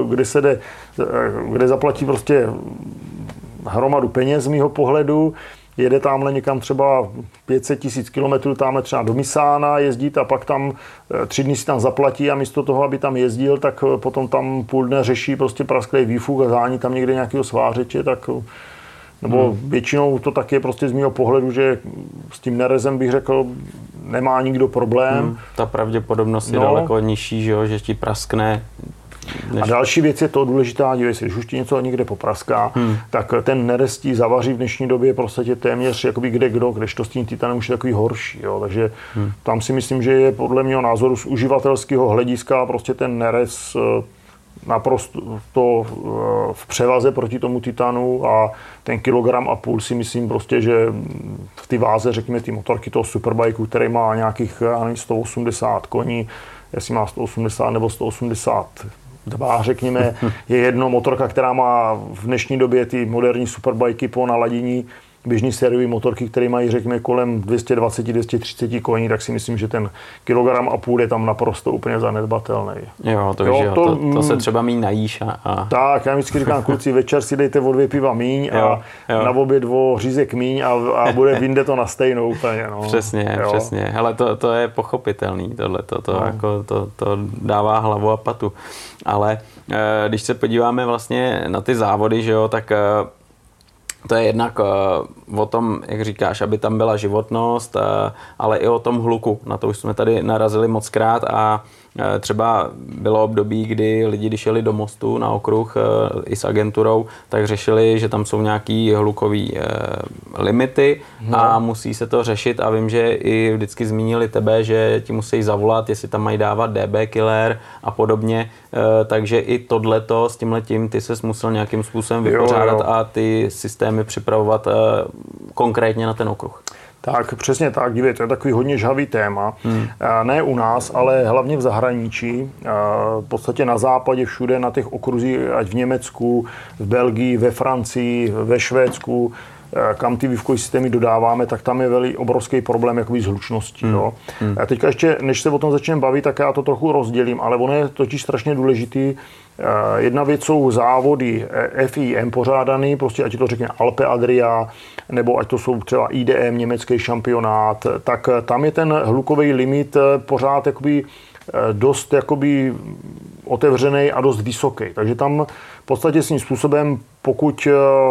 kde zaplatí prostě hromadu peněz z mýho pohledu, jede tamhle někam třeba 500 000 kilometrů, tamhle třeba do Misána jezdit a pak tam 3 dny si tam zaplatí a místo toho, aby tam jezdil, tak potom tam půl dne řeší prostě prasklý výfuk a zhání tam někde nějakého svářeče, tak nebo většinou to tak je prostě z mého pohledu, že s tím nerezem bych řekl, nemá nikdo problém. Ta pravděpodobnost je daleko nižší, že ti praskne. A další věc je to důležitá, dívej se, když už ti něco někde popraská, tak ten nerez ti zavaří v dnešní době prostě téměř jakoby kdežto s tím titanem už je takový horší. Jo. Takže tam si myslím, že je podle mého názoru z uživatelského hlediska prostě ten nerez naprosto v převaze proti tomu titanu a ten 1,5 kilogram si myslím prostě, že v ty váze, řekněme, ty motorky toho superbajku, který má nějakých 180 koní, jestli má 180 nebo 182, řekněme, je jedno motorka, která má v dnešní době ty moderní superbajky po naladění běžný sériový motorky, které mají, řekněme, kolem 220-230 koní, tak si myslím, že ten kilogram a půl je tam naprosto úplně zanedbatelný. Jo, to se třeba míň najíš. Tak, já vždycky říkám, kluci, večer si dejte o 2 piva míň a na oběd o řízek míň a vyjde to na stejnou úplně. No. Přesně. Hele, to je pochopitelný, to dává hlavu a patu. Ale když se podíváme vlastně na ty závody, že jo, tak to je jednak o tom, jak říkáš, aby tam byla životnost, ale i o tom hluku. Na to už jsme tady narazili mockrát a třeba bylo období, kdy lidi, když jeli do Mostu na okruh i s agenturou, tak řešili, že tam jsou nějaký hlukový limity a musí se to řešit a vím, že i vždycky zmínili tebe, že ti musí zavolat, jestli tam mají dávat DB killer a podobně, takže i tohleto s tímhletím ty ses musel nějakým způsobem vypořádat a ty systémy připravovat konkrétně na ten okruh. Tak, přesně tak, dívej, to je takový hodně žhavý téma. Ne u nás, ale hlavně v zahraničí. V podstatě na západě všude, na těch okruzích, ať v Německu, v Belgii, ve Francii, ve Švédsku, kam ty výfukové systémy dodáváme, tak tam je obrovský problém jakoby s hlučností. Jo. A teďka ještě, než se o tom začneme bavit, tak já to trochu rozdělím, ale ono je totiž strašně důležitý. Jedna věc jsou závody FIM pořádaný, prostě ať to řekne Alpe Adria, nebo ať to jsou třeba IDM, německý šampionát, tak tam je ten hlukový limit pořád jakoby dost jakoby otevřený a dost vysoký. Takže tam v podstatě svým způsobem, pokud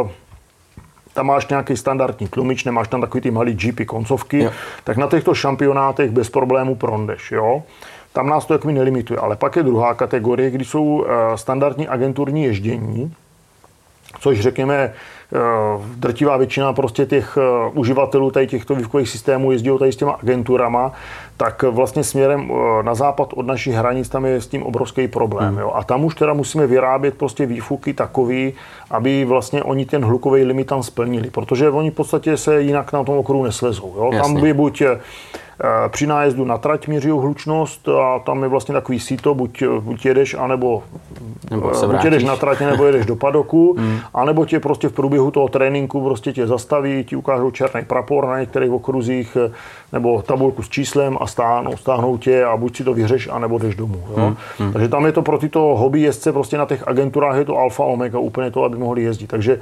tam máš nějaký standardní tlumič, nemáš tam takový ty malý GP koncovky, tak na těchto šampionátech bez problému prondeš, jo. Tam nás to jakoby nelimituje, ale pak je druhá kategorie, kdy jsou standardní agenturní ježdění, což řekněme drtivá většina prostě těch uživatelů tady těchto výfukových systémů jezdí tady s těma agenturama, tak vlastně směrem na západ od našich hranic tam je s tím obrovský problém. Jo? A tam už teda musíme vyrábět prostě výfuky takový, aby vlastně oni ten hlukový limit tam splnili, protože oni v podstatě se jinak na tom okruhu neslezou. Jo? Tam by buď při nájezdu na trať měří hlučnost a tam je vlastně takový síto, buď jedeš, anebo buď jedeš na trati, nebo jedeš do padoku, anebo tě prostě v průběhu toho tréninku prostě tě zastaví, ti ukážou černý prapor na některých okruzích, nebo tabulku s číslem a stáhnou tě a buď si to vyřeš, anebo jdeš domů. Jo? Takže tam je to pro tyto hobby jezdce prostě na těch agenturách je to alfa omega úplně to, aby mohli jezdit. Takže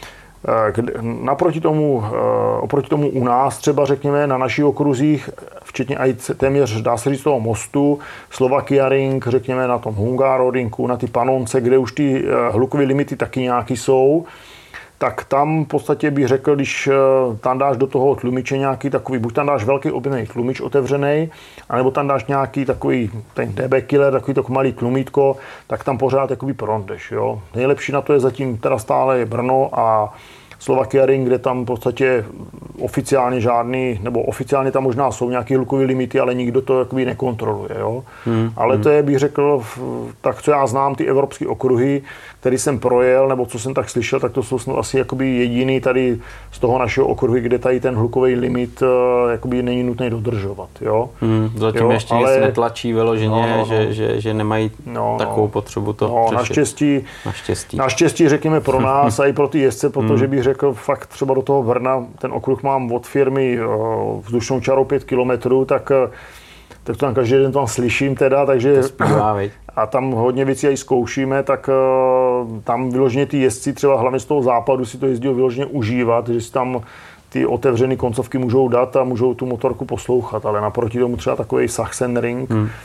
oproti tomu u nás třeba řekněme na našich okruzích, včetně i téměř dá se říct toho Mostu, Slovakia Ring, řekněme na tom Hungaroringu, na ty Panonce, kde už ty hlukové limity taky nějaký jsou, tak tam v podstatě bych řekl, když tam dáš do toho tlumiče nějaký takový, buď tam dáš velký objemný tlumič otevřený, anebo tam dáš nějaký takový ten DB killer, takový to malý tlumítko, tak tam pořád jakoby prondeš, jo. Nejlepší na to je zatím teda stále je Brno a Slovakia Ring, kde tam v podstatě oficiálně žádný, nebo oficiálně tam možná jsou nějaký hlukový limity, ale nikdo to jakoby nekontroluje, jo. Ale to je, bych řekl, tak co já znám, ty evropské okruhy, který jsem projel, nebo co jsem tak slyšel, tak to jsou asi jakoby jediný tady z toho našeho okruhu, kde tady ten hlukový limit jakoby není nutné dodržovat, jo. Zatím jo, ještě nic netlačí vyloženě, že nemají takovou potřebu to řešit. Naštěstí řekněme pro nás a i pro ty jezdce, protože bych řekl fakt třeba do toho Brna, ten okruh mám od firmy vzdušnou čarou 5 kilometrů, tak to tam každý den tam slyším teda, takže a tam hodně věcí i zkoušíme, tak tam vyloženě ty jezdci třeba hlavně z toho západu si to jezdí vyloženě užívat, že si tam ty otevřené koncovky můžou dát a můžou tu motorku poslouchat, ale naproti tomu třeba takový Sachsenring,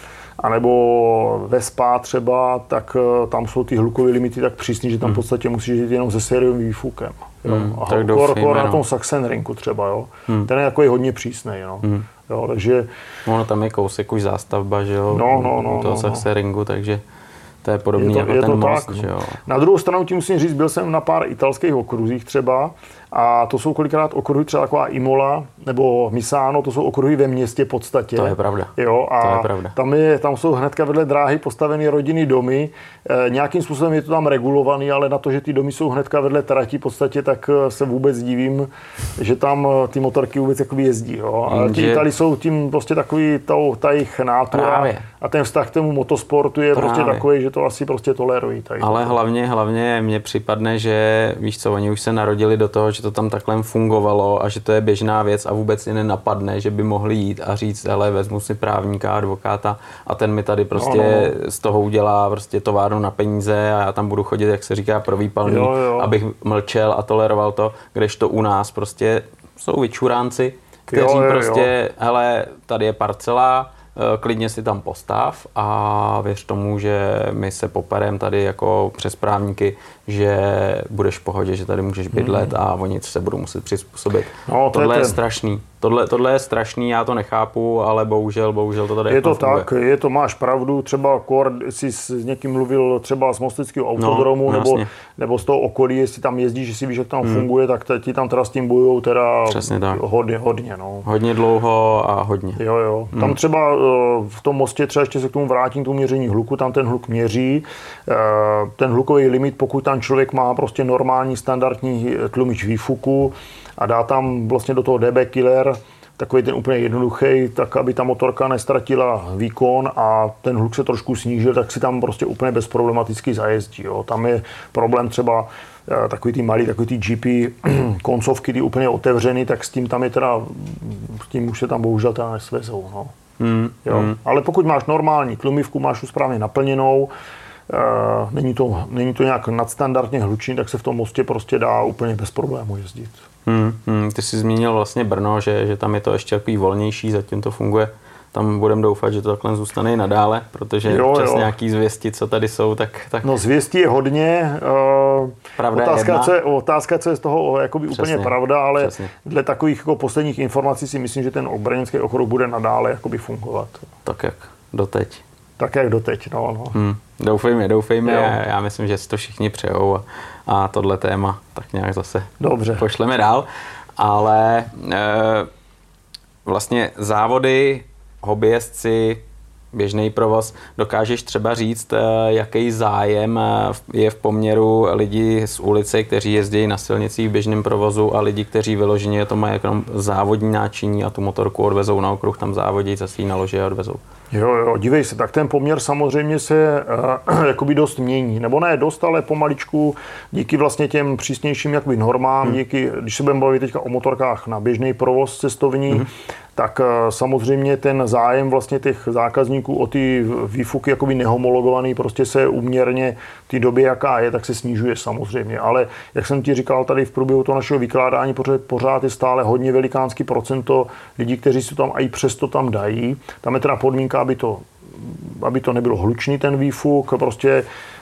anebo Vespa třeba, tak tam jsou ty hlukové limity tak přísný, že tam v podstatě musíš jít jenom se sériovým výfukem. A kor na tom Sachsenringu třeba, jo. Ten je jako hodně přísný, no. Jo, takže ono tam je kousek už zástavba, že jo, u toho Sachsenringu, takže to je podobný jako ten most, že jo. Na druhou stranu ti musím říct, byl jsem na pár italských okruzích třeba a to jsou kolikrát okruhy třeba taková Imola nebo Misano, to jsou okruhy ve městě v podstatě. To je pravda. Jo, a to je pravda. Tam jsou hnedka vedle dráhy postaveny rodinný domy. Nějakým způsobem je to tam regulovaný, ale na to, že ty domy jsou hnedka vedle trati v podstatě, tak se vůbec divím, že tam ty motorky vůbec jakoby jezdí. Jo. A ti Itali jsou tím prostě takový ta jejich nátura a a ten vztah k tomu motosportu je Právě. prostě takový, že to asi prostě tolerují. Tady ale hlavně mně připadne, že víš co, oni už se narodili do toho, že to tam takhle fungovalo a že to je běžná věc a vůbec je nenapadne, že by mohli jít a říct, hele, vezmu si právníka, advokáta a ten mi tady prostě z toho udělá prostě továrnu na peníze a já tam budu chodit, jak se říká, pro výpalný, abych mlčel a toleroval to, kdežto u nás prostě jsou vyčuránci, kteří prostě, hele, tady je parcela, klidně si tam postav a věř tomu, že my se poperem tady jako přes právníky, že budeš v pohodě, že tady můžeš bydlet a oni se budou muset přizpůsobit. No, tohle je strašný. Tohle je strašný, já to nechápu, ale bohužel to tady je to funguje. Tak, máš pravdu, třeba jsi s někým mluvil třeba z Mosteckého autodromu nebo z toho okolí, jestli tam jezdíš, jestli víš, jak tam funguje, tak ti tam teda s tím bojujou teda hodně. No. Hodně dlouho a hodně. Jo. Tam třeba v tom Mostě, třeba ještě se k tomu vrátím, k tomu měření hluku, tam ten hluk měří, ten hlukový limit, pokud tam člověk má prostě normální standardní tlumič výfuku a dá tam vlastně do toho DB killer, takový ten úplně jednoduchý, tak aby ta motorka nestratila výkon a ten hluk se trošku snížil, tak si tam prostě úplně bezproblematicky zajezdí. Jo. Tam je problém třeba takový ty GP koncovky, ty úplně otevřený, tak s tím tam je teda, s tím už se tam bohužel teda nesvezou. No. Ale pokud máš normální tlumivku, máš ji správně naplněnou, není to nějak nadstandardně hlučný, tak se v tom Mostě prostě dá úplně bez problému jezdit. Ty jsi zmínil vlastně Brno, že tam je to ještě takový volnější, zatím to funguje. Tam budeme doufat, že to takhle zůstane i nadále, protože čas nějaký zvěsti, co tady jsou, tak... No zvěstí je hodně. Otázka, co je z toho jakoby úplně pravda, ale dle takových jako posledních informací si myslím, že ten brněnský okruh bude nadále jakoby fungovat. Tak jak doteď. No. Doufejme. Já myslím, že si to všichni přejou a tohle téma tak nějak zase pošleme dál. Ale vlastně závody, hobbyjezdci, běžný provoz, dokážeš třeba říct, jaký zájem je v poměru lidí z ulice, kteří jezdí na silnicích v běžném provozu a lidi, kteří vyloženě to mají jako závodní náčiní a tu motorku odvezou na okruh, tam závodí, zase ji naloží a odvezou. Jo, dívej se, tak ten poměr samozřejmě se jakoby dost mění, nebo ne dost, ale pomaličku díky vlastně těm přísnějším jakoby normám, když se budeme bavit teďka o motorkách na běžný provoz cestovní, tak samozřejmě ten zájem vlastně těch zákazníků o ty výfuky jakoby nehomologovaný prostě se úměrně té době, jaká je, tak se snižuje samozřejmě, ale jak jsem ti říkal tady v průběhu toho našeho vykládání, pořád je stále hodně velikánský procento lidí, kteří si tam i přesto tam dají. Tam je teda podmínka, aby to nebylo hlučný ten výfuk, prostě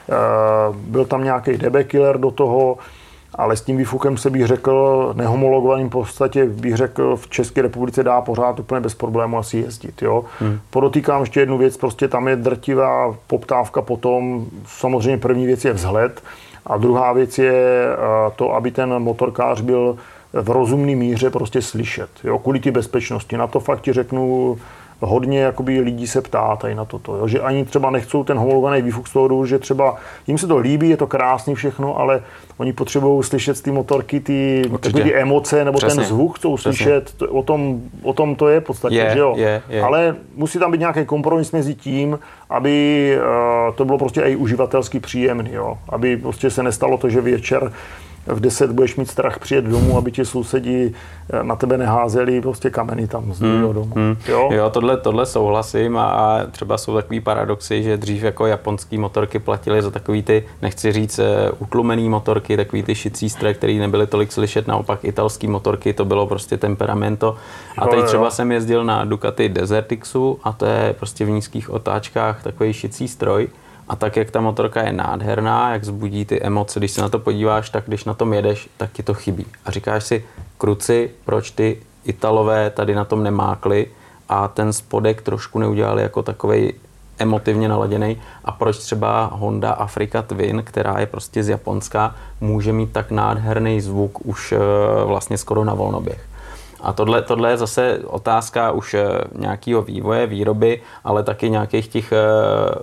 byl tam nějaký DB killer do toho, ale s tím výfukem se bych řekl, nehomologovaným v podstatě bych řekl, v České republice dá pořád úplně bez problému asi jezdit. Jo? Podotýkám ještě jednu věc, prostě tam je drtivá poptávka potom, samozřejmě první věc je vzhled a druhá věc je to, aby ten motorkář byl v rozumný míře prostě slyšet, jo? Kvůli té bezpečnosti. Na to fakt ti řeknu, hodně jakoby lidí se ptá tady na toto, jo? Že ani třeba nechcou ten homologovaný výfuk z toho důvodu, že třeba jim se to líbí, je to krásný všechno, ale oni potřebují slyšet z té motorky ty emoce nebo ten zvuk chcou slyšet, o tom to je v podstatě, že jo? Ale musí tam být nějaký kompromis mezi tím, aby to bylo prostě i uživatelsky příjemný, jo? Aby prostě se nestalo to, že večer v 10 budeš mít strach přijet domů, aby ti sousedi na tebe neházeli prostě kameny tam z druhého domu. Jo, tohle souhlasím a třeba jsou takový paradoxy, že dřív jako japonský motorky platily za takový ty, nechci říct utlumený motorky, takový ty šicí stroje, který nebyly tolik slyšet, naopak italský motorky, to bylo prostě temperamento. A teď třeba jsem jezdil na Ducati Desertixu a to je prostě v nízkých otáčkách takový šicí stroj. A tak, jak ta motorka je nádherná, jak vzbudí ty emoce, když se na to podíváš, tak když na tom jedeš, tak ti to chybí. A říkáš si, kruci, proč ty Italové tady na tom nemákli a ten spodek trošku neudělali jako takovej emotivně naladěný a proč třeba Honda Africa Twin, která je prostě z Japonska, může mít tak nádherný zvuk už vlastně skoro na volnoběh. A tohle je zase otázka už nějakého vývoje, výroby, ale taky nějakých těch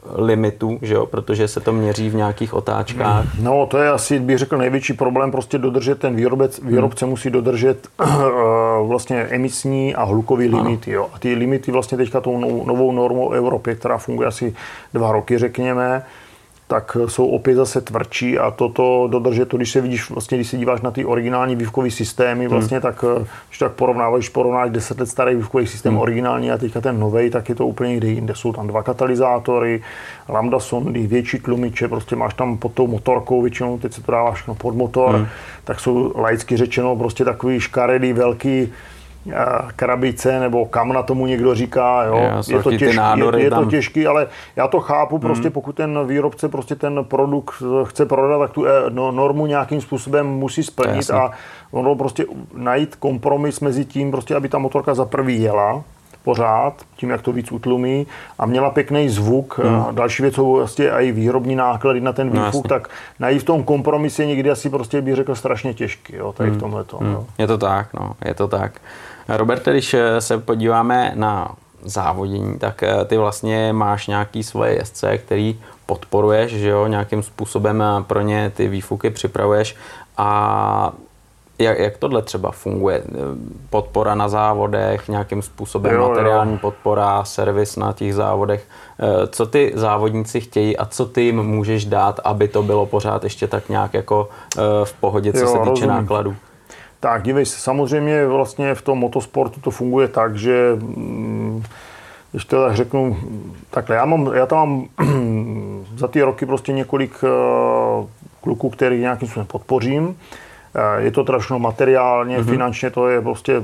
limitu, že jo? Protože se to měří v nějakých otáčkách. No, to je asi, bych řekl, největší problém, prostě dodržet ten výrobce musí dodržet vlastně emisní a hlukový limity, jo. A ty limity vlastně teďka tou novou normou Euro 5, která funguje asi 2 roky, řekněme, tak jsou opět zase tvrdší a toto dodržet to, když se vidíš, vlastně, když se díváš na ty originální výfukový systémy, vlastně, tak když tak porovnáváš 10 let starý výfukový systém originální a teďka ten novej, tak je to úplně někde jinde. Jsou tam 2 katalyzátory, lambda sondy, větší tlumiče, prostě máš tam pod tou motorkou většinou, teď se to dává všechno pod motor, tak jsou laicky řečeno prostě takový škaredý, velký krabice, nebo kamna tomu někdo říká, jo. Je to těžký, ale já to chápu, prostě pokud ten výrobce prostě ten produkt chce prodat, tak tu normu nějakým způsobem musí splnit a ono prostě najít kompromis mezi tím, prostě aby ta motorka za prvý jela pořád, tím, jak to víc utlumí a měla pěkný zvuk. Další věc jsou vlastně i výrobní náklady na ten výfuk, tak najít v tom kompromis je někdy asi prostě bych řekl strašně těžký, jo, tady v tomhletom. Jo. Je to tak, no, je to tak. Roberte, když se podíváme na závodění, tak ty vlastně máš nějaký svoje jezdce, který podporuješ, že jo, nějakým způsobem pro ně ty výfuky připravuješ a jak tohle třeba funguje? Podpora na závodech, nějakým způsobem materiální podpora, servis na těch závodech. Co ty závodníci chtějí a co ty jim můžeš dát, aby to bylo pořád ještě tak nějak jako v pohodě, co se týče nákladů? Tak, dívej se, samozřejmě vlastně v tom motosportu to funguje tak, že když to tak řeknu, takhle, já tam mám za ty roky prostě několik kluků, který nějakým způsobem podpořím. Je to trošku materiálně, finančně to je prostě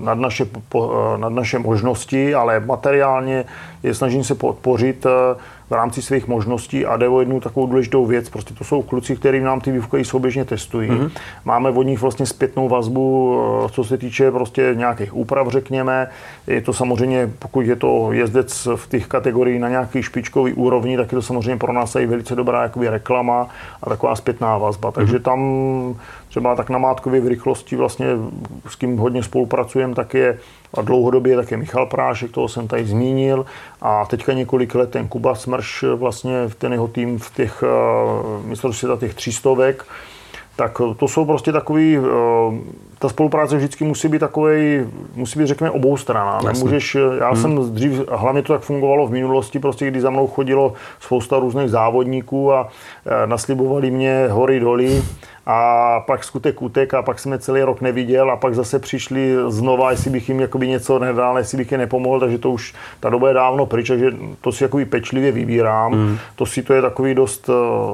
nad naše možnosti, ale materiálně je snažím se podpořit v rámci svých možností a jde o jednu takovou důležitou věc. Prostě to jsou kluci, kteří nám ty výfuky souběžně testují. Máme od nich vlastně zpětnou vazbu, co se týče prostě nějakých úprav, řekněme. Je to samozřejmě, pokud je to jezdec v těch kategoriích na nějaký špičkový úrovni, tak je to samozřejmě pro nás i velice dobrá jakoby reklama a taková zpětná vazba. Takže tam třeba tak namátkově v rychlosti vlastně s kým hodně spolupracujeme, tak je a dlouhodobě také Michal Prášek, toho jsem tady zmínil a teďka několik let ten Kuba Smrš, vlastně ten jeho tým v těch mistrovství světa těch 300, tak to jsou prostě takový, ta spolupráce vždycky musí být takovej, musí být řekněme oboustranná. Nemůžeš, já jsem dřív, hlavně to tak fungovalo v minulosti, prostě když za mnou chodilo spousta různých závodníků a naslibovali mě hory doly a pak skutek utek a pak jsem je celý rok neviděl a pak zase přišli znova, jestli bych jim jakoby něco nedal, jestli bych je nepomohl, takže to už ta doba je dávno pryč, takže to si jakoby pečlivě vybírám. To je takový dost,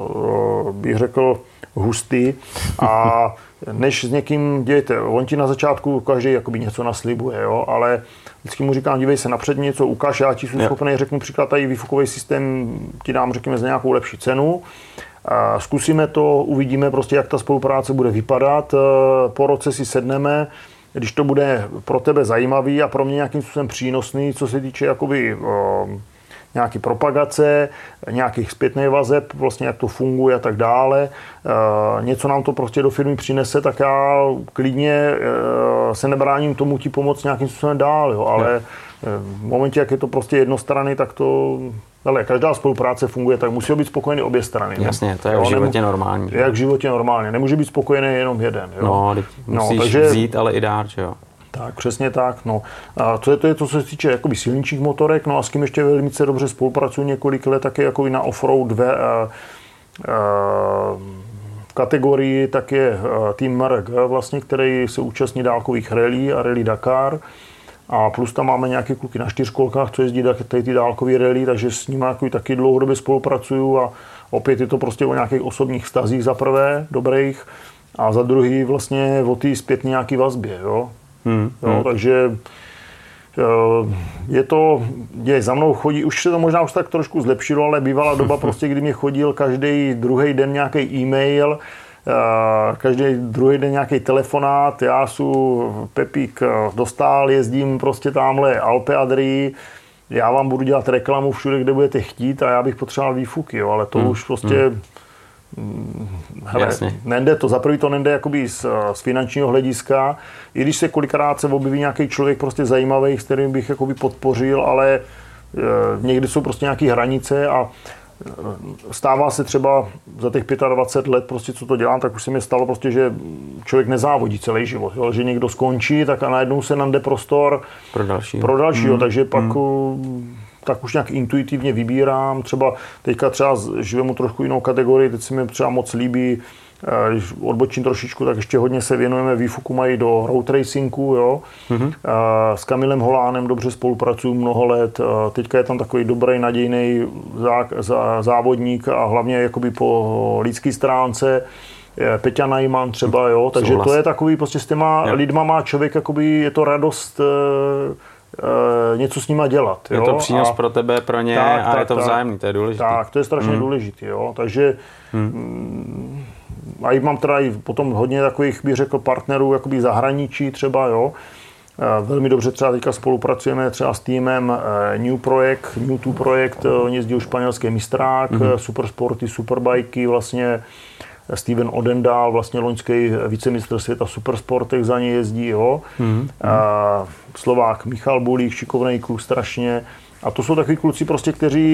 bych řekl, hustý a než s někým dějte, on ti na začátku každý jakoby něco naslibuje, jo, ale vždycky mu říkám, dívej se napřed něco, ukáž, já ti jsem schopný, řeknu příklad, tady výfukový systém ti dám, řekněme, za nějakou lepší cenu. Zkusíme to, uvidíme prostě, jak ta spolupráce bude vypadat, po roce si sedneme, když to bude pro tebe zajímavý a pro mě nějakým způsobem přínosný, co se týče jakoby nějaký propagace, nějakých zpětných vazeb, vlastně jak to funguje a tak dále. Něco nám to prostě do firmy přinese, tak já klidně se nebráním tomu ti pomoct nějakým způsobem dál, jo, ale v momentě, jak je to prostě jednostranný, tak to... Ale každá spolupráce funguje, tak musí být spokojený obě strany. Jasně, to je v životě normální. Jak v životě normálně. Nemůže být spokojený jenom jeden. Jo? No, musíš vzít, ale i dát, že jo. Tak, přesně tak. No. A to je to, co se týče jakoby silničních motorek, no a s kým ještě velmi dobře spolupracuju několik let, taky jakoby na offroad kategorii, tak je tým MRG, vlastně, který se účastní dálkových rally a rally Dakar. A plus tam máme nějaké kluky na 4kolkách, co jezdí tady ty dálkový rally, takže s nimi taky dlouhodobě spolupracuju a opět je to prostě o nějakých osobních vztazích za prvé, dobrých, a za druhý vlastně o té zpětné nějaký vazbě, jo. Takže za mnou chodí, už se to možná už tak trošku zlepšilo, ale bývala doba prostě, kdy mě chodil každý druhý den nějaký e-mail, každý druhý den nějaký telefonát, já jsem Pepík dostal, jezdím prostě tamhle Alpe Adrii, já vám budu dělat reklamu všude, kde budete chtít a já bych potřeboval výfuky, jo, ale to už prostě hele, nejde to, za prvý to nejde jakoby z finančního hlediska, i když se kolikrát se objeví nějaký člověk prostě zajímavý, s kterým bych jakoby podpořil, ale někdy jsou prostě nějaké hranice a stává se třeba za těch 25 let, prostě co to dělám, tak už se mi stalo prostě, že člověk nezávodí celý život, jo? Že někdo skončí, tak a najednou se nám jde prostor pro dalšího, takže pak tak už nějak intuitivně vybírám, třeba teďka živemu trošku jinou kategorii, teď se mi třeba moc líbí, když odbočím trošičku, tak ještě hodně se věnujeme výfuku mají do road racingu, jo. S Kamilem Holánem dobře spolupracuju mnoho let, teďka je tam takový dobrý, nadějný závodník a hlavně jakoby po lidské stránce, Peťa Najman třeba, jo, takže to je takový, prostě s těma lidma má člověk, jakoby je to radost něco s nima dělat. Jo? Je to přínos pro tebe, pro ně a je to vzájemný, to je důležité. Tak, to je strašně důležité, jo, takže a mám teda i potom hodně takových, bych řekl, partnerů, jakoby zahraničí třeba, jo. Velmi dobře třeba teďka spolupracujeme třeba s týmem New projekt, oni jezdí už španělský mistrák, supersporty, superbajky, vlastně Steven Odendal, vlastně loňský vicemistr světa v supersportech za ně jezdí, jo. Slovák Michal Bulík, šikovnej kluk strašně. A to jsou takový kluci prostě,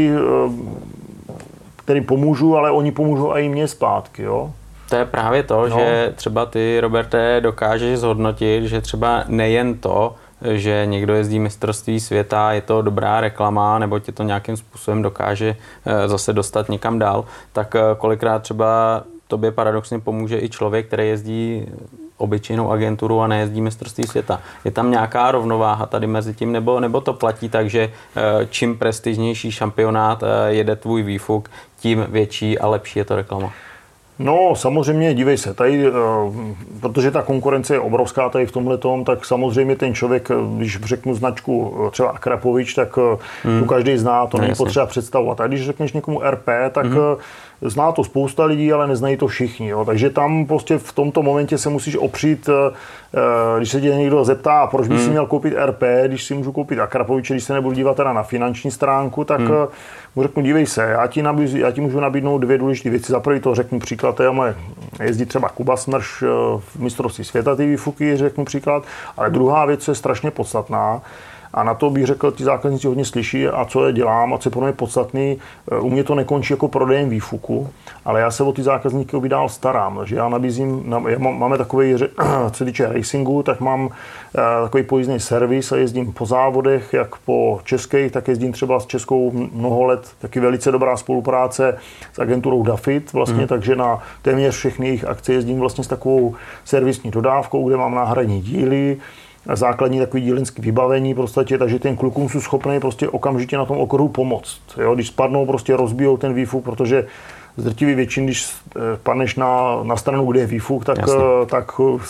kterým pomůžu, ale oni pomůžou i mě zpátky, jo. To je právě to, že třeba ty, Roberte, dokážeš zhodnotit, že třeba nejen to, že někdo jezdí mistrovství světa, je to dobrá reklama, nebo tě to nějakým způsobem dokáže zase dostat někam dál, tak kolikrát třeba tobě paradoxně pomůže i člověk, který jezdí obyčejnou agenturu a nejezdí mistrovství světa. Je tam nějaká rovnováha tady mezi tím, nebo to platí tak, že čím prestižnější šampionát jede tvůj výfuk, tím větší a lepší je to reklama? No, samozřejmě, dívej se, tady, protože ta konkurence je obrovská tady v tomhletom, tak samozřejmě ten člověk, když řeknu značku třeba Akrapovič, tak tu každý zná, to není potřeba představovat. A když řekneš někomu RP, tak zná to spousta lidí, ale neznají to všichni. Jo. Takže tam prostě v tomto momentě se musíš opřít, když se tě někdo zeptá, proč by si měl koupit RP, když si můžu koupit Akrapoviče, když se nebudu dívat teda na finanční stránku, tak mu řeknu, dívej se, já ti můžu nabídnout dvě důležité věci. Za prvý to řeknu příklad, jezdí třeba Kuba Smrš v mistrovství světa ty výfuky, řeknu příklad, ale druhá věc, co je strašně podstatná, a na to bych řekl, ti zákazníci hodně slyší a co je dělám a co je pro mě podstatný. U mě to nekončí jako prodejem výfuku, ale já se o ty zákazníky dál starám. Takže já nabízím, máme takový, co se týče racingu, tak mám takový pojízdný servis a jezdím po závodech, jak po českých, tak jezdím třeba s Českou mnoho let, taky velice dobrá spolupráce s agenturou Dafit vlastně, takže na téměř všechny jejich akce jezdím vlastně s takovou servisní dodávkou, kde mám náhradní díly, základní takový dílenský vybavení prostě, takže ten klukům jsou schopný prostě okamžitě na tom okruhu pomoct. Jo? Když spadnou, prostě rozbijou ten výfuk, protože z drtivý většiny, když padneš na stranu, kde je výfuk, tak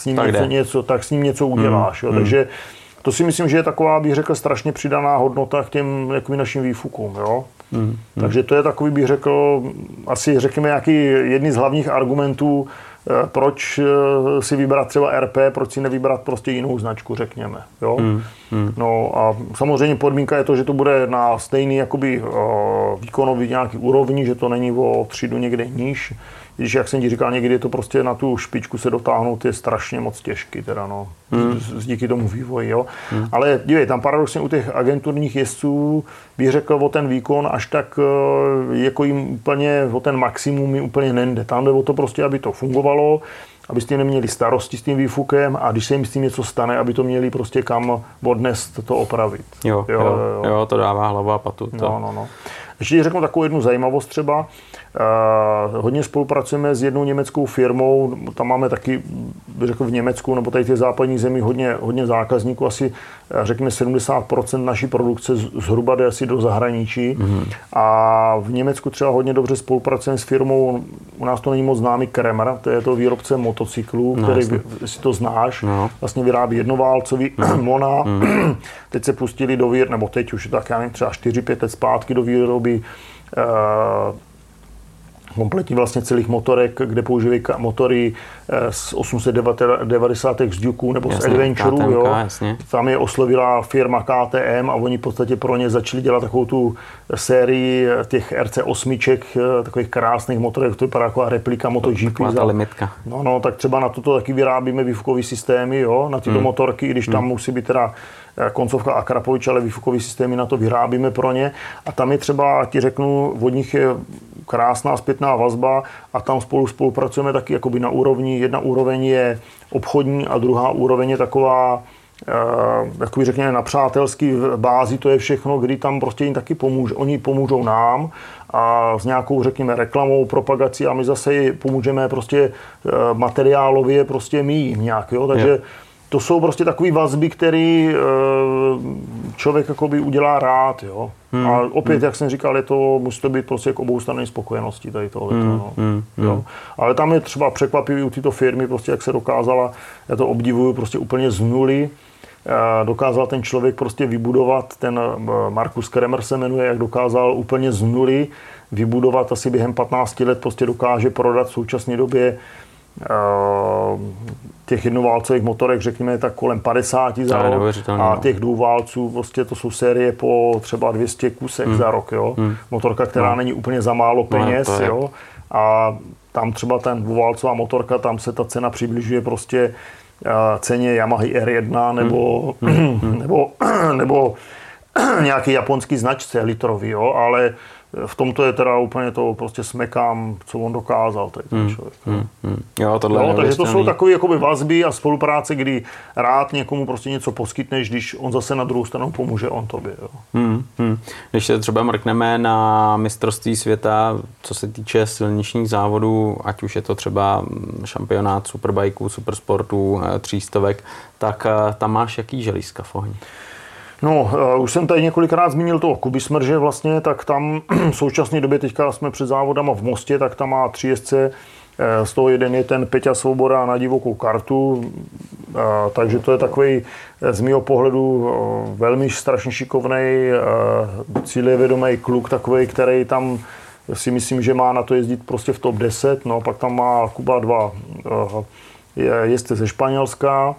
s ním něco uděláš. Jo? Takže to si myslím, že je taková, bych řekl, strašně přidaná hodnota k těm našim výfukům. Jo? Takže to je takový, bych řekl, asi řekněme nějaký jedný z hlavních argumentů, proč si vybrat třeba RP, proč si nevybrat prostě jinou značku, řekněme. Jo? No a samozřejmě podmínka je to, že to bude na stejný jakoby výkonový nějaký úrovni, že to není o třídu někde níž. Když, jak jsem ti říkal, někdy to prostě na tu špičku se dotáhnout je strašně moc těžký, teda no, díky tomu vývoji, jo. Ale dívej, tam paradoxně u těch agenturních jezdců bych řekl o ten výkon až tak jako jim úplně o ten maximum jim úplně nejde. Tam jde o to prostě, aby to fungovalo, aby s tím neměli starosti s tím výfukem a když se jim s tím něco stane, aby to měli prostě kam odnést to opravit. Jo, to dává hlavu a patu. No. Ještě řeknu takovou jednu zajímavost třeba. Hodně spolupracujeme s jednou německou firmou, tam máme taky, řekl v Německu, nebo tady těch západních zemí hodně zákazníků, asi řekněme 70% naší produkce zhruba jde asi do zahraničí. A v Německu třeba hodně dobře spolupracujeme s firmou, u nás to není moc známý Kremer, to je to výrobce motocyklů, který, si to znáš, vlastně vyrábí jednoválcový Mona. Teď se pustili do výroby, nebo teď už tak, já nevím, třeba 4-5 let zpátky do výroby kompletní vlastně celých motorek, kde používají motory z 890 z Duke nebo z Adventureu. KTM, jo. Jasně. Tam je oslovila firma KTM a oni v podstatě pro ně začali dělat takovou tu sérii těch RC8, takových krásných motorek, to vypadá jako replika MotoGP. Taková ta limitka. No, tak třeba na toto taky vyrábíme výfukové systémy, jo, na tyto motorky, když tam musí být teda koncovka Akrapovič, ale výfukové systémy na to vyrábíme pro ně. A tam je třeba, ti řeknu, od nich je krásná zpětná vazba a tam spolupracujeme taky jakoby na úrovni. Jedna úroveň je obchodní a druhá úroveň je taková, jakoby řekněme na přátelský bázi, to je všechno, kdy tam prostě jim taky oni pomůžou nám a s nějakou, řekněme, reklamou, propagací a my zase pomůžeme prostě materiálově prostě my jim nějak, jo, takže to jsou prostě takové vazby, které člověk jakoby udělá rád, jo. A opět, jak jsem říkal, musí to být prostě k oboustranné spokojenosti tady tohleto, jo. Ale tam je třeba překvapivý u této firmy, prostě jak se dokázala, já to obdivuju, prostě úplně z nuly, dokázal ten člověk prostě vybudovat, ten Markus Kremer se jmenuje, jak dokázal úplně z nuly vybudovat asi během 15 let, prostě dokáže prodat v současné době těch jednoválcových motorek, řekněme, tak kolem 50 za rok a těch dvouválců, prostě to jsou série po třeba 200 kusek za rok, jo. Motorka, která není úplně za málo peněz, jo. A tam třeba ten dvouválcová motorka, tam se ta cena přibližuje prostě ceně Yamaha R1 nebo nějaký japonský značce litrový, jo, ale v tomto je teda úplně to prostě smekám, co on dokázal, tady ten člověk. Jo, tohle takže to jsou takové jakoby vazby a spolupráce, kdy rád někomu prostě něco poskytneš, když on zase na druhou stranu pomůže on tobě. Jo. Když se třeba mrkneme na mistrovství světa, co se týče silničních závodů, ať už je to třeba šampionát superbajků, supersportů, 300, tak tam máš jaký želízka v ohni? No, už jsem tady několikrát zmínil toho Kuby Smrže vlastně, tak tam v současné době, teďka jsme před závodama v Mostě, tak tam má 3 jezdce, z toho jeden je ten Peťa Svoboda na divokou kartu, takže to je takový z mého pohledu velmi strašně šikovnej, cílevědomý kluk takový, který tam si myslím, že má na to jezdit prostě v top 10, no pak tam má Kuba 2 jezdce ze Španělska,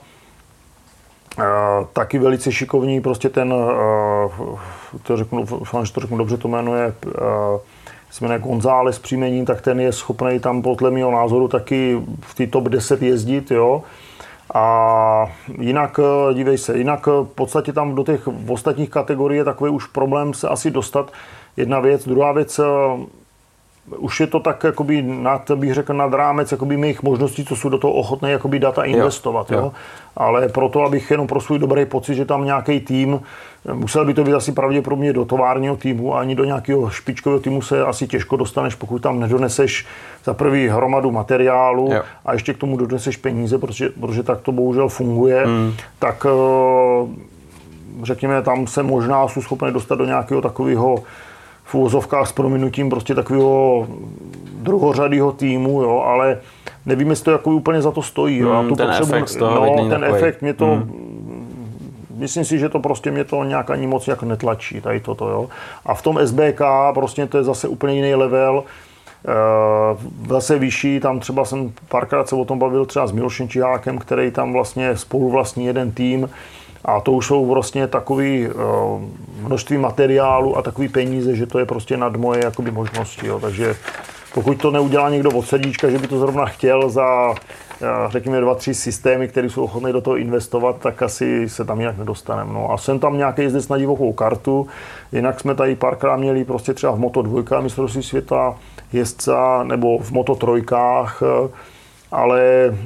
taky velice šikovní, prostě ten, to řeknu dobře, to jmenuje, se jmenuje González příjmení, tak ten je schopný tam podle mého názoru taky v té top 10 jezdit, jo. A jinak, dívej se, jinak v podstatě tam do těch ostatních kategorií je takový už problém se asi dostat, jedna věc, druhá věc, už je to tak jakoby bych řekl nad rámec jakoby mých možností, co jsou do toho ochotné jakoby data investovat, jo. Ale proto, abych jenom pro svůj dobrý pocit, že tam nějaký tým, musel by to být asi pravděpodobně do továrního týmu a ani do nějakého špičkového týmu se asi těžko dostaneš, pokud tam nedoneseš za prvý hromadu materiálu a ještě k tomu doneseš peníze, protože tak to bohužel funguje, tak řekněme, tam se možná jsou schopné dostat do nějakého takového v uvozovkách s prominutím prostě takového druhořadého týmu, jo, ale nevím, jestli to jako úplně za to stojí. Jo. Ten efekt z toho ten efekt mě to, myslím si, že to prostě mě to nějak ani moc jak netlačí, tady toto, jo. A v tom SBK prostě to je zase úplně jiný level, zase vyšší, tam třeba jsem párkrát se o tom bavil třeba s Milošem Čihákem, který tam vlastně spoluvlastní jeden tým, a to už jsou vlastně takový množství materiálu a takový peníze, že to je prostě nad moje jakoby možnosti. Jo. Takže pokud to neudělá někdo od srdíčka, že by to zrovna chtěl za, řekněme, 2-3 systémy, které jsou ochotné do toho investovat, tak asi se tam nějak nedostaneme. No. A jsem tam nějaký jezdec na divokou kartu, jinak jsme tady párkrát měli prostě třeba v Moto2 mistrovství světa jezdca, nebo v Moto3, ale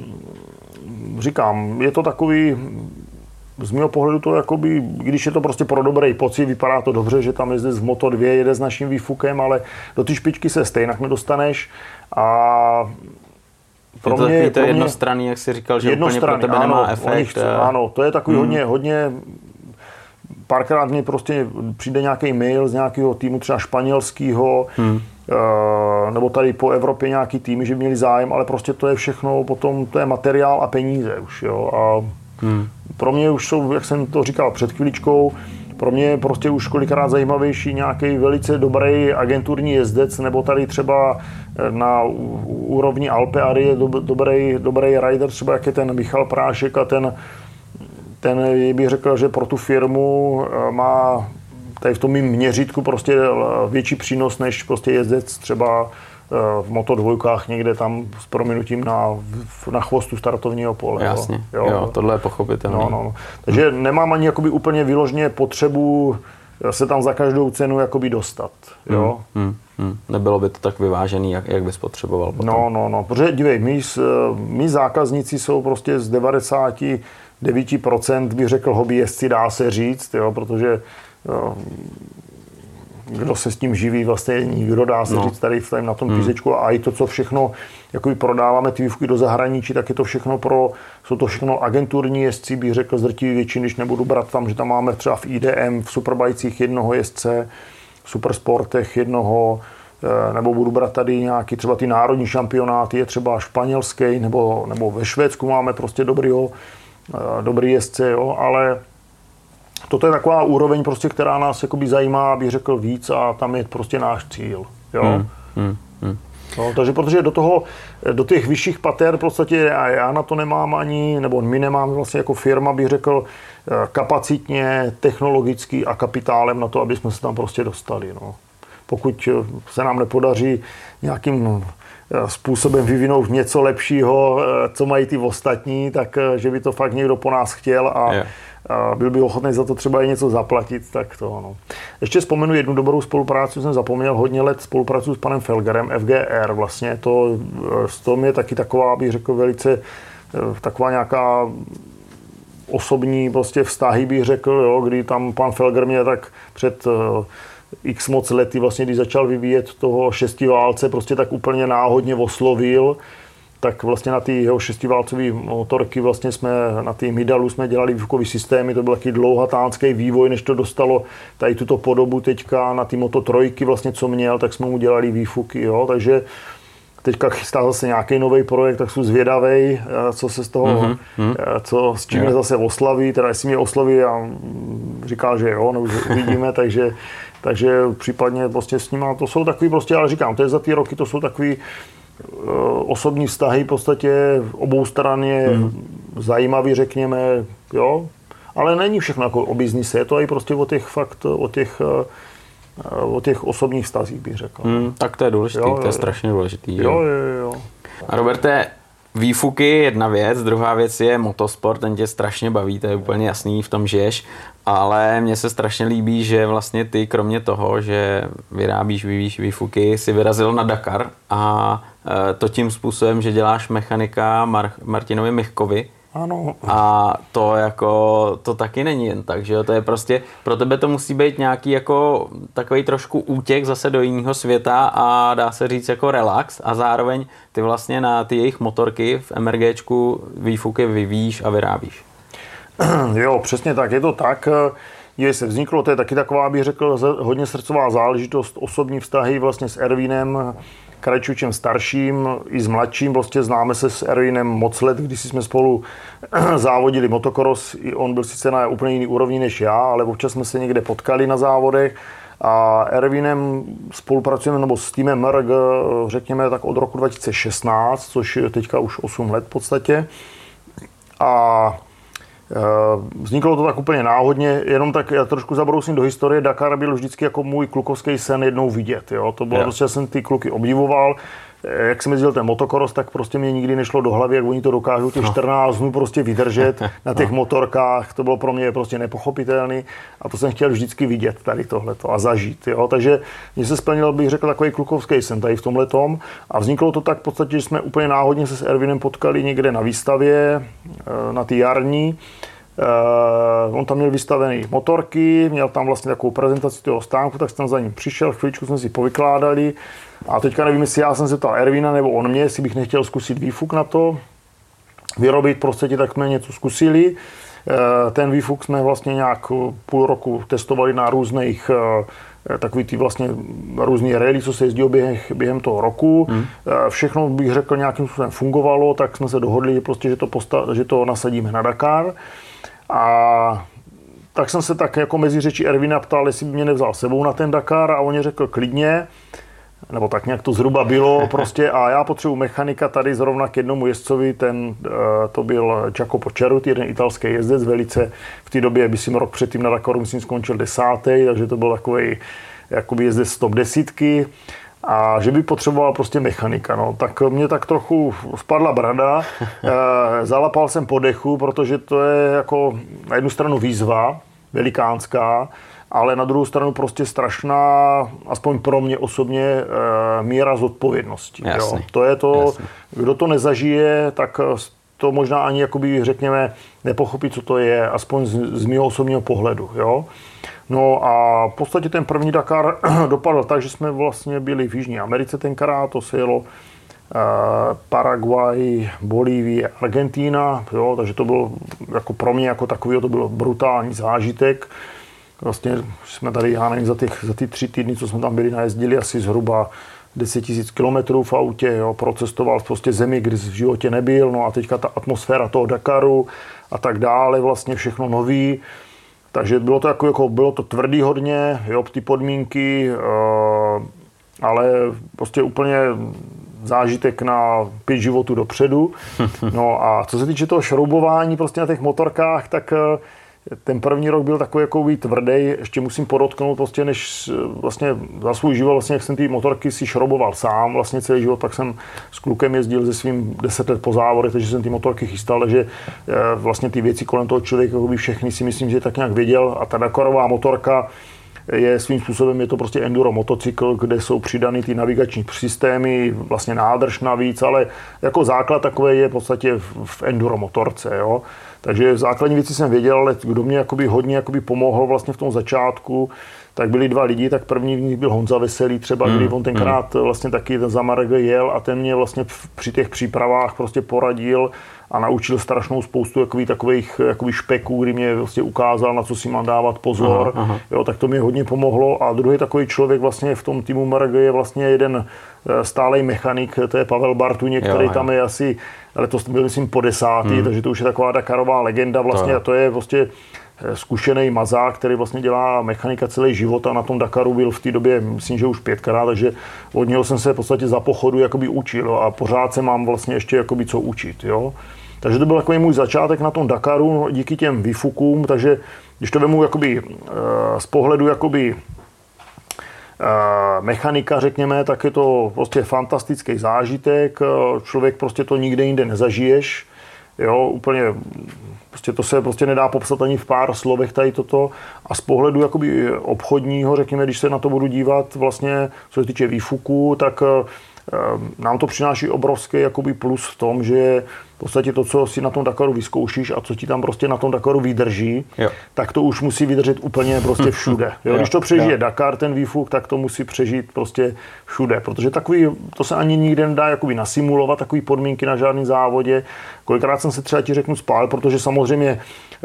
říkám, je to takový, z mého pohledu to jakoby, když je to prostě pro dobrý pocit, vypadá to dobře, že tam jezdec v Moto2 jede s naším výfukem, ale do té špičky se stejně nedostaneš a pro mě to je jednostranný, jak jsi říkal, že úplně pro tebe nemá efekt. Ano, to je takový hodně, párkrát mě prostě přijde nějaký mail z nějakého týmu třeba španělského, nebo tady po Evropě nějaký týmy, že měli zájem, ale prostě to je všechno, potom to je materiál a peníze už, jo, a pro mě už jsou, jak jsem to říkal před chvíličkou, pro mě je prostě už kolikrát zajímavější nějaký velice dobrý agenturní jezdec, nebo tady třeba na úrovni Alpe Adria je dobrý rider, třeba jak je ten Michal Prášek a ten bych řekl, že pro tu firmu má tady v tom mým měřítku prostě větší přínos než prostě jezdec třeba v Moto2 někde tam s prominutím na chvostu startovního pole. Jasně, jo, tohle je pochopitelné. No. Takže nemám ani jakoby úplně vyloženě potřebu se tam za každou cenu jakoby dostat. Jo? Nebylo by to tak vyvážený, jak bys potřeboval potom. No, protože dívej, my zákazníci jsou prostě z 99% bych řekl hobbyjezdci, dá se říct, jo, protože kdo se s tím živí, vlastně nikdo, dá se říct tady na tom písečku a i to, co všechno jakoby prodáváme ty výfuky do zahraničí, tak je to všechno jsou to všechno agenturní jezdci, bych řekl z drtivé většiny, když nebudu brát tam, že tam máme třeba v IDM, v Superbajcích jednoho jezdce, v Supersportech jednoho, nebo budu brát tady nějaký třeba ty národní šampionáty, je třeba španělský, nebo ve Švédsku máme prostě dobrý jezdce, jo, ale toto je taková úroveň, prostě, která nás jakoby zajímá, bych řekl víc a tam je prostě náš cíl. Jo? No, takže protože do těch vyšších pater v podstatě já na to nemám ani, nebo my nemáme vlastně jako firma, bych řekl, kapacitně, technologicky a kapitálem na to, aby jsme se tam prostě dostali. No. Pokud se nám nepodaří nějakým způsobem vyvinout něco lepšího, co mají ty ostatní, tak že by to fakt někdo po nás chtěl a byl by ochotný za to třeba i něco zaplatit, tak to ano. Ještě vzpomenu jednu dobrou spolupráci, jsem zapomněl, hodně let spolupracuji s panem Felgerem, FGR vlastně, to je taky taková, bych řekl, velice taková nějaká osobní prostě vztahy, bych řekl, jo, kdy tam pan Felger mě tak před x moc lety, vlastně, když začal vyvíjet toho šestiválce, prostě tak úplně náhodně oslovil, tak vlastně na ty jeho šestiválcové motorky vlastně jsme na ty Midalu jsme dělali výfukový systémy, to byl taky dlouhatánský vývoj, než to dostalo tady tuto podobu teďka na ty Moto3 vlastně, co měl, tak jsme mu dělali výfuky, jo, takže teďka chystá zase nějaký nový projekt, tak jsou zvědavej, co se z toho, s čím mě zase oslaví, teda jestli mě osloví a říká, že jo, no, uvidíme, takže případně prostě s nima, to jsou takový prostě, ale říkám, to je za ty roky, to jsou takový osobní vztahy v podstatě oboustranně zajímavý, řekněme, jo, ale není všechno jako o biznise, je to i prostě o těch osobních vztazích, bych řekl. Tak to je důležitý, to je strašně důležitý. Jo. A Roberte, výfuky je jedna věc, druhá věc je motosport, ten tě strašně baví, to je úplně jasný, v tom žiješ, ale mně se strašně líbí, že vlastně ty kromě toho, že vyvíjíš výfuky, si vyrazil na Dakar a to tím způsobem, že děláš mechanika Martinovi Michkovi. Ano. A to taky není jen tak, že jo, to je prostě, pro tebe to musí být nějaký jako takový trošku útěk zase do jiného světa a dá se říct jako relax a zároveň ty vlastně na ty jejich motorky v MRGčku výfuky vyvíjíš a vyrábíš. Jo, přesně tak, je to tak. Dívej se, vzniklo, to je taky taková, bych řekl, hodně srdcová záležitost, osobní vztahy vlastně s Ervínem Krajčučem starším i s mladším, prostě známe se s Ervínem moc let, když jsme spolu závodili motocross, i on byl sice na úplně jiný úrovni než já, ale občas jsme se někde potkali na závodech a Ervínem spolupracujeme, nebo s týmem MRG, řekněme tak od roku 2016, což je teďka už 8 let v podstatě. A vzniklo to tak úplně náhodně, jenom tak já trošku zabrousím do historie. Dakar byl vždycky jako můj klukovský sen jednou vidět. Jo? To bylo prostě, já jsem ty kluky obdivoval. Jak jsem jezdil ten motocross, tak prostě mě nikdy nešlo do hlavy, jak oni to dokážou těch 14 dnů prostě vydržet na těch motorkách. To bylo pro mě prostě nepochopitelné a to jsem chtěl vždycky vidět tady tohleto a zažít. Jo? Takže mně se splnil, bych řekl, takový klukovský sen tady v tomhletom a vzniklo to tak v podstatě, že jsme úplně náhodně se s Ervinem potkali někde na výstavě, na ty jarní. On tam měl vystavený motorky, měl tam vlastně takovou prezentaci toho stánku, tak jsem za ním přišel, chvíličku jsme si povykládali a teďka nevím, jestli já jsem se ptal Ervina nebo on mě, jestli bych nechtěl zkusit výfuk na to, vyrobit prostě, tak jsme něco zkusili. Ten výfuk jsme vlastně nějak půl roku testovali na různých takový ty vlastně různý rally, co se jezdilo během toho roku. Všechno, bych řekl, nějakým způsobem fungovalo, tak jsme se dohodli, prostě, že to nasadíme na Dakar. A tak jsem se tak jako mezi řeči Ervina ptal, jestli by mě nevzal sebou na ten Dakar a on řekl klidně, nebo tak nějak to zhruba bylo prostě a já potřebuji mechanika tady zrovna k jednomu jezdcovi, to byl Jacopo Ceruti, jeden italský jezdec, velice v té době, myslím rok předtím na Dakaru, myslím skončil 10., takže to byl takový jakoby jezdec z top 10 a že by potřeboval prostě mechanika, no, tak mě tak trochu spadla brada, zalapal jsem po dechu, protože to je jako na jednu stranu výzva velikánská, ale na druhou stranu prostě strašná, aspoň pro mě osobně, míra zodpovědnosti. Jo. To je to, jasně. Kdo to nezažije, tak to možná ani, jakoby, řekněme, nepochopí, co to je, aspoň z mého osobního pohledu. Jo. No a v podstatě ten první Dakar dopadl tak, že jsme vlastně byli v Jižní Americe tenkrát, to se jelo Paraguay, Bolívie, Argentína, jo, takže to bylo jako pro mě jako takový, to byl brutální zážitek. Vlastně jsme tady, já nevím, za ty 3 týdny, co jsme tam byli, najezdili asi zhruba 10 000 kilometrů v autě, jo, procestoval prostě zemi, kde v životě nebyl, no a teďka ta atmosféra toho Dakaru a tak dále, vlastně všechno nový. Takže bylo to jako bylo to tvrdý hodně, jo, ty podmínky, ale prostě úplně zážitek na 5 životů dopředu. No a co se týče toho šroubování prostě na těch motorkách, tak ten první rok byl takový jako tvrdý, ještě musím podotknout prostě, než vlastně za svůj život, vlastně jak jsem ty motorky si šrouboval sám, vlastně celý život, tak jsem s klukem jezdil se svým 10 let po závodech, takže jsem ty motorky chystal, takže vlastně ty věci kolem toho člověka všechny si myslím, že tak nějak věděl a ta Dakarová motorka je svým způsobem, je to prostě enduro motocykl, kde jsou přidány ty navigační systémy, vlastně nádrž navíc, ale jako základ takové je v podstatě v enduro motorce, jo. Takže základní věci jsem věděl, ale kdo mě hodně pomohl vlastně v tom začátku, tak byli 2 lidi, tak první v nich byl Honza Veselý třeba, kdy on tenkrát vlastně taky za Marek jel a ten mě vlastně při těch přípravách prostě poradil a naučil strašnou spoustu takových špeků, kdy mě vlastně ukázal, na co si mám dávat pozor. Aha. Jo, tak to mě hodně pomohlo. A druhý takový člověk vlastně v tom týmu Marek je vlastně jeden stálej mechanik, to je Pavel Bartuně, který tam je asi, ale to byl myslím po 10., takže to už je taková Dakarová legenda vlastně a to je vlastně zkušený mazák, který vlastně dělá mechanika celý život a na tom Dakaru byl v té době, myslím, že už 5krát, takže od něho jsem se v podstatě za pochodu jakoby učil, jo, a pořád se mám vlastně ještě jakoby co učit, jo. Takže to byl takový můj začátek na tom Dakaru díky těm výfukům, takže když to vemu jakoby z pohledu jakoby mechanika, řekněme, tak je to prostě fantastický zážitek, člověk prostě to nikde jinde nezažiješ, jo, úplně prostě to se prostě nedá popsat ani v pár slovech tady toto a z pohledu jakoby obchodního, řekněme, když se na to budu dívat vlastně, co se týče výfuků, tak nám to přináší obrovský jakoby plus v tom, že v podstatě to, co si na tom Dakaru vyzkoušíš a co ti tam prostě na tom Dakaru vydrží, tak to už musí vydržet úplně prostě všude. Jo? Když to přežije Dakar, ten výfuk, tak to musí přežít prostě všude, protože takový, to se ani nikde nedá jakoby nasimulovat, takový podmínky na žádném závodě. Kolikrát jsem se třeba ti řeknu spál, protože samozřejmě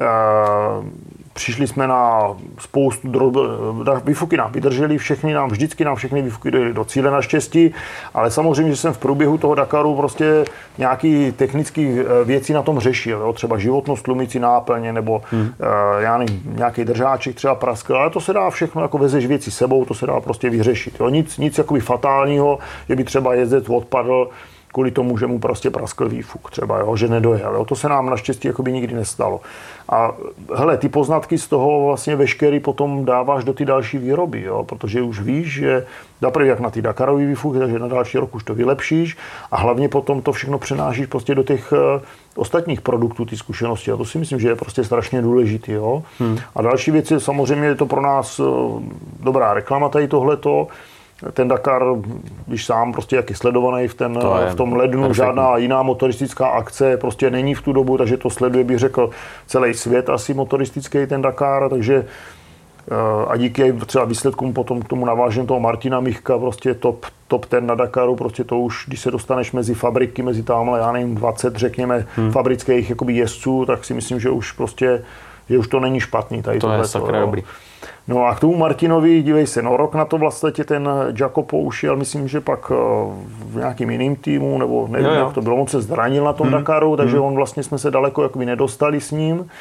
přišli jsme na spoustu výfuky nám vydrželi, vždycky nám všechny výfuky dojeli do cíle naštěstí, ale samozřejmě, že jsem v průběhu toho Dakaru prostě nějaký technický věci na tom řešil, jo? Třeba životnost tlumící náplně nebo já nevím, nějaký držáček třeba praskl, ale to se dá všechno, jako vezeš věci sebou, to se dá prostě vyřešit. Jo? Nic jakoby fatálního, že by třeba jezdec odpadl kvůli tomu, že mu prostě praskl výfuk třeba, jo? Že nedojel. Jo? To se nám naštěstí jakoby nikdy nestalo. A hele, ty poznatky z toho vlastně veškerý potom dáváš do ty další výroby, jo? Protože už víš, že zaprvé jak na ty Dakarový výfuky, takže na další rok už to vylepšíš a hlavně potom to všechno přenášíš prostě do těch ostatních produktů, ty zkušenosti. A to si myslím, že je prostě strašně důležitý, jo? A další věc je samozřejmě je to pro nás dobrá reklama tady tohleto. Ten Dakar, když sám prostě jak je sledovaný v tom lednu, perfektní. Žádná jiná motoristická akce prostě není v tu dobu, takže to sleduje, bych řekl, celý svět asi motoristický ten Dakar, takže a díky třeba výsledkům potom k tomu navážím toho Martina Michka, prostě top ten na Dakaru, prostě to už, když se dostaneš mezi fabriky, mezi tamhle, já nevím, 20, řekněme, fabrických jakoby jezdců, tak si myslím, že už prostě, že už to není špatný. Tady to je sakra dobrý. No a k tomu Martinovi, dívej se, rok na to vlastně ten Jacopo už jel, myslím, že pak v nějakým jiným týmu, nebo nevím, jak to bylo, on se zranil na tom Dakaru, takže on vlastně jsme se daleko jakoby nedostali s ním.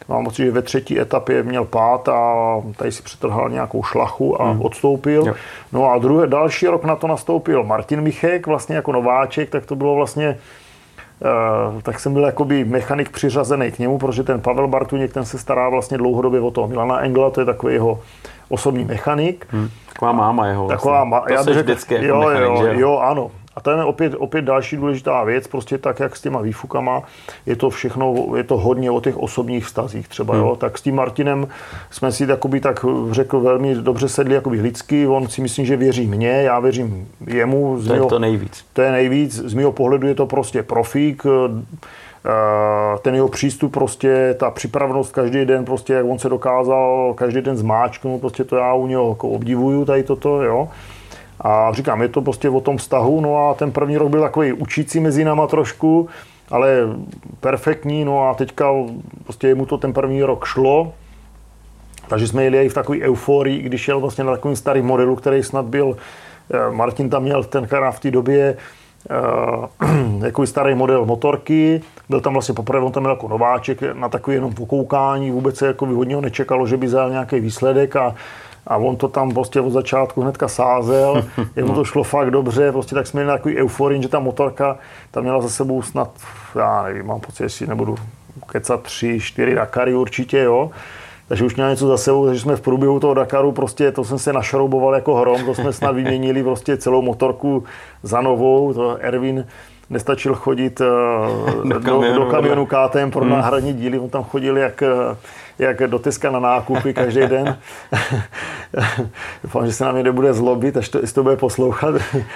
Mám pocit, že ve třetí etapě měl pád a tady si přetrhal nějakou šlachu a odstoupil. Jo. No a další rok na to nastoupil Martin Michek, vlastně jako nováček, tak to bylo vlastně, tak jsem byl jakoby mechanik přiřazený k němu, protože ten Pavel Bartuněk, ten se stará vlastně dlouhodobě o toho Milana Engla, to je takový jeho osobní mechanik. Taková máma jeho vlastně. Já bych řekl, vždycky jako mechanik, že jo, ano. A to je opět další důležitá věc, prostě tak, jak s těma výfukama, je to všechno, je to hodně o těch osobních vztazích třeba, jo. Tak s tím Martinem jsme si takoby tak řekl velmi dobře sedli jakoby lidsky, on si myslím, že věří mně, já věřím jemu. To je to nejvíc. To je nejvíc, z mého pohledu je to prostě profík, ten jeho přístup prostě, ta připravenost každý den prostě, jak on se dokázal každý den zmáčknout, prostě to já u něho jako obdivuju tady toto, jo. A říkám, je to prostě o tom vztahu, no a ten první rok byl takový učící mezi náma trošku, ale perfektní, no a teďka prostě mu to ten první rok šlo, takže jsme jeli i v takové euforii, když jel vlastně na takovým starým modelu, který snad byl, Martin tam měl v té době jako starý model motorky, byl tam vlastně poprvé, on tam měl jako nováček na takový jenom pokoukání, vůbec se jako hodně ho nečekalo, že by zajel nějaký výsledek a on to tam prostě od začátku hnedka sázel, jemu to šlo fakt dobře, prostě tak jsme měli takový euforii, že ta motorka tam měla za sebou snad, já nevím, mám pocit, jestli nebudu kecat 3-4 Dakary určitě, jo. Takže už měl něco za sebou, takže jsme v průběhu toho Dakaru prostě, to jsem se našrouboval jako hrom, to jsme snad vyměnili prostě celou motorku za novou, to Ervin nestačil chodit do kamionu KTM pro náhradní díly, on tam chodil jak do Teska na nákupy každý den. Doufám, že se na mě nebude zlobit, až to bude poslouchat.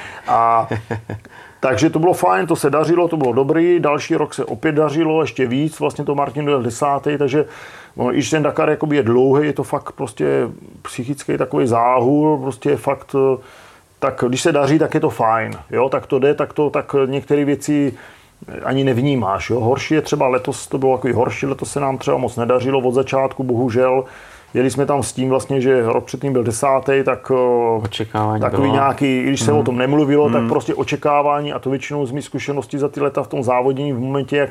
Takže to bylo fajn, to se dařilo, to bylo dobrý. Další rok se opět dařilo, ještě víc. Vlastně to Martin byl 10. Takže když ten Dakar jakoby je dlouhý, je to fakt prostě psychický takový záhul, prostě fakt, tak když se daří, tak je to fajn. Jo, tak to jde, tak některé věci ani nevnímáš. Jo. Horší je třeba letos, to bylo takový horší, letos se nám třeba moc nedařilo od začátku, bohužel. Jeli jsme tam s tím vlastně, že rok předtím byl 10. tak očekávání takový bylo. Nějaký, když se o tom nemluvilo, tak prostě očekávání a to většinou z mých zkušeností za ty leta v tom závodění v momentě,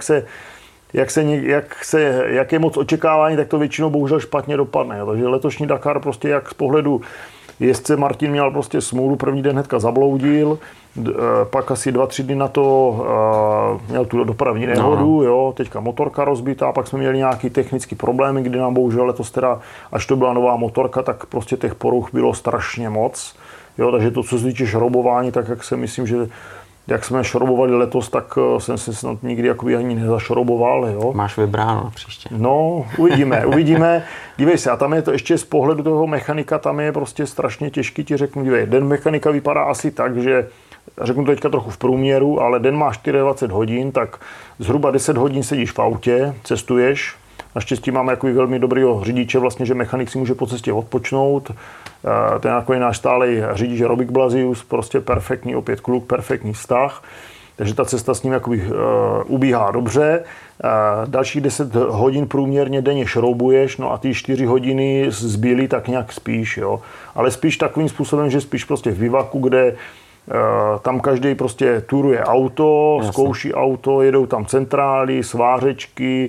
jak je moc očekávání, tak to většinou bohužel špatně dopadne. Jo. Takže letošní Dakar prostě jak z pohledu jezdce Martin měl prostě smůlu, první den hnedka zabloudil, pak asi 2-3 dny na to měl tu dopravní nehodu, jo, teďka motorka rozbitá, pak jsme měli nějaký technický problémy, kdy nám bohužel letos teda, až to byla nová motorka, tak prostě těch poruch bylo strašně moc, jo, takže to, co se týče šroubování, tak jak se myslím, že jak jsme šroubovali letos, tak jsem se snad nikdy jakoby ani nezašrouboval. Jo. Máš vybráno na příště. No, uvidíme. Dívej se, a tam je to ještě z pohledu toho mechanika, tam je prostě strašně těžký, ti řeknu, dívej, den mechanika vypadá asi tak, že řeknu to teďka trochu v průměru, ale den má 24 hodin, tak zhruba 10 hodin sedíš v autě, cestuješ. Naštěstí máme jako velmi dobrýho řidiče, vlastně, že mechanik si může po cestě odpočnout. Ten jako je náš stálej řidič Robik Blazius, prostě perfektní opět kluk, perfektní vztah. Takže ta cesta s ním jakoby ubíhá dobře. Dalších 10 hodin průměrně denně šroubuješ, no a ty 4 hodiny zbylý tak nějak spíš, jo. Ale spíš takovým způsobem, že spíš prostě v bivaku, kde tam každý prostě turuje auto, zkouší auto, jedou tam centrály, svářečky,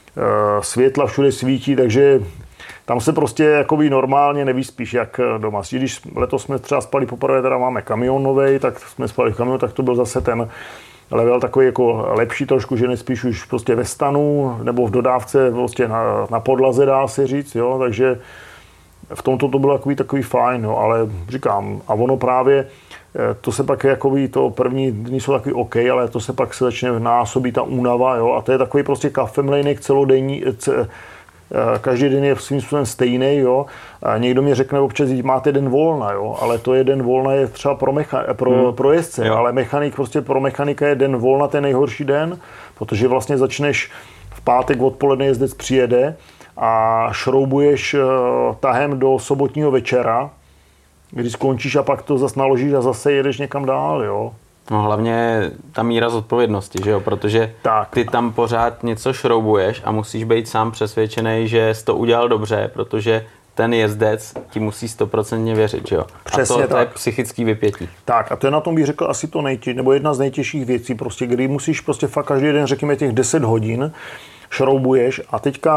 světla všude svítí, takže tam se prostě jakoby normálně nevyspíš jak doma. Když letos jsme třeba spali poprvé, teda máme kamion novej, tak jsme spali v kamionu, tak to byl zase ten level takový jako lepší trošku, že nespíš už prostě ve stanu nebo v dodávce prostě na podlaze, dá se říct, jo, takže v tomto to bylo takový fajn, jo, ale říkám, a ono právě to se pak jakoby, to první dny jsou takový OK, ale to se pak se začne násobit ta únava, jo, a to je takový prostě kafemlejnek celodenní, každý den je svým způsobem stejný, jo. A někdo mi řekne občas, že máte den volna, jo, ale to je den volna je třeba pro jezdce, ale mechanik prostě pro mechanika je den volna ten nejhorší den, protože vlastně začneš v pátek odpoledne jezdec přijede a šroubuješ tahem do sobotního večera, kdy skončíš a pak to zase naložíš a zase jedeš někam dál, jo. No hlavně ta míra zodpovědnosti, že jo, protože ty tam pořád něco šroubuješ a musíš být sám přesvědčený, že jsi to udělal dobře, protože ten jezdec ti musí 100% věřit, že jo. Přesně a to je psychický vypětí. Tak a to je na tom, bych řekl, asi to nebo jedna z nejtěžších věcí, prostě, kdy musíš prostě fakt každý den, řekněme těch 10 hodin šroubuješ a teďka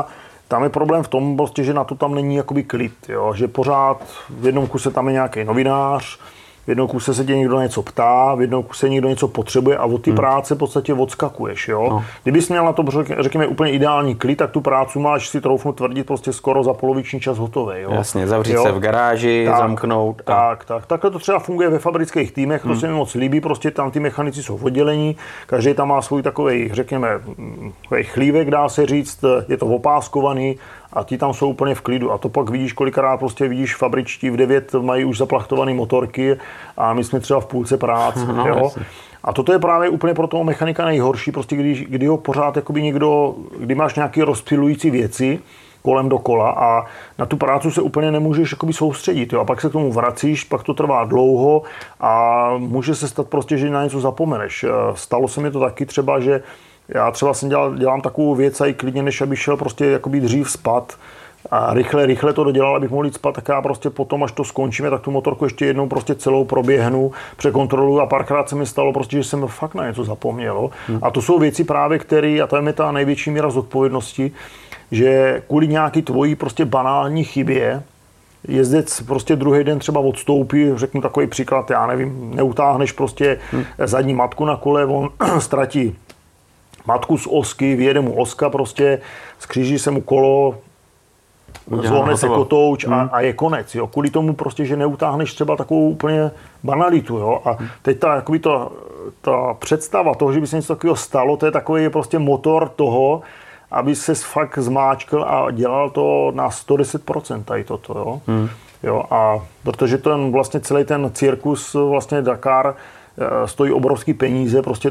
tam je problém v tom, prostě, že na to tam není jakoby klid, jo? Že pořád v jednom kuse tam je nějaký novinář, v jednom kuse se tě někdo na něco ptá, v jednom kuse někdo něco potřebuje a od ty práce v podstatě odskakuješ. Jo? No. Kdybys měl na to, řekněme, úplně ideální klid, tak tu práci máš, si troufnu tvrdit, prostě skoro za poloviční čas hotový. Jo? Jasně, zavřít se v garáži, zamknout. Takhle to třeba funguje ve fabrických týmech, to se mi moc líbí, prostě tam ty mechanici jsou oddělení, každý tam má svůj takovej, řekněme, chlívek, dá se říct, je to opáskovaný, a ti tam jsou úplně v klidu. A to pak vidíš, kolikrát prostě vidíš fabričtí v 9 mají už zaplachtované motorky a my jsme třeba v půlce práce. Jo? A toto je právě úplně pro toho mechanika nejhorší, prostě kdy ho pořád jakoby někdo, kdy máš nějaké rozptylující věci kolem dokola a na tu práci se úplně nemůžeš jakoby soustředit. Jo? A pak se k tomu vracíš, pak to trvá dlouho a může se stát prostě, že na něco zapomeneš. Stalo se mi to taky třeba, že já třeba dělám takovou věc a i klidně, než aby šel prostě jakoby dřív spát a rychle to dodělal, abych mohl jít spát, tak já prostě potom, až to skončíme, tak tu motorku ještě jednou prostě celou proběhnu, překontroluju a párkrát se mi stalo prostě, že jsem fakt na něco zapomněl. A to jsou věci právě, které, a to je ta největší míra zodpovědnosti, že kvůli nějaký tvojí prostě banální chybě jezdec prostě druhý den třeba odstoupí, řeknu takový příklad, já nevím, neutáhneš prostě zadní matku na kole, on ztratí matku z osky, vyjede mu oska prostě, skříží se mu kolo, zlohne se kotouč a je konec. Jo. Kvůli tomu prostě, že neutáhneš třeba takovou úplně banalitu. Jo. A teď ta představa toho, že by se něco takového stalo, to je takový prostě motor toho, aby se fakt zmáčkl a dělal to na 110% tady toto. Jo. Jo. A protože vlastně celý ten cirkus vlastně Dakar stojí obrovský peníze, prostě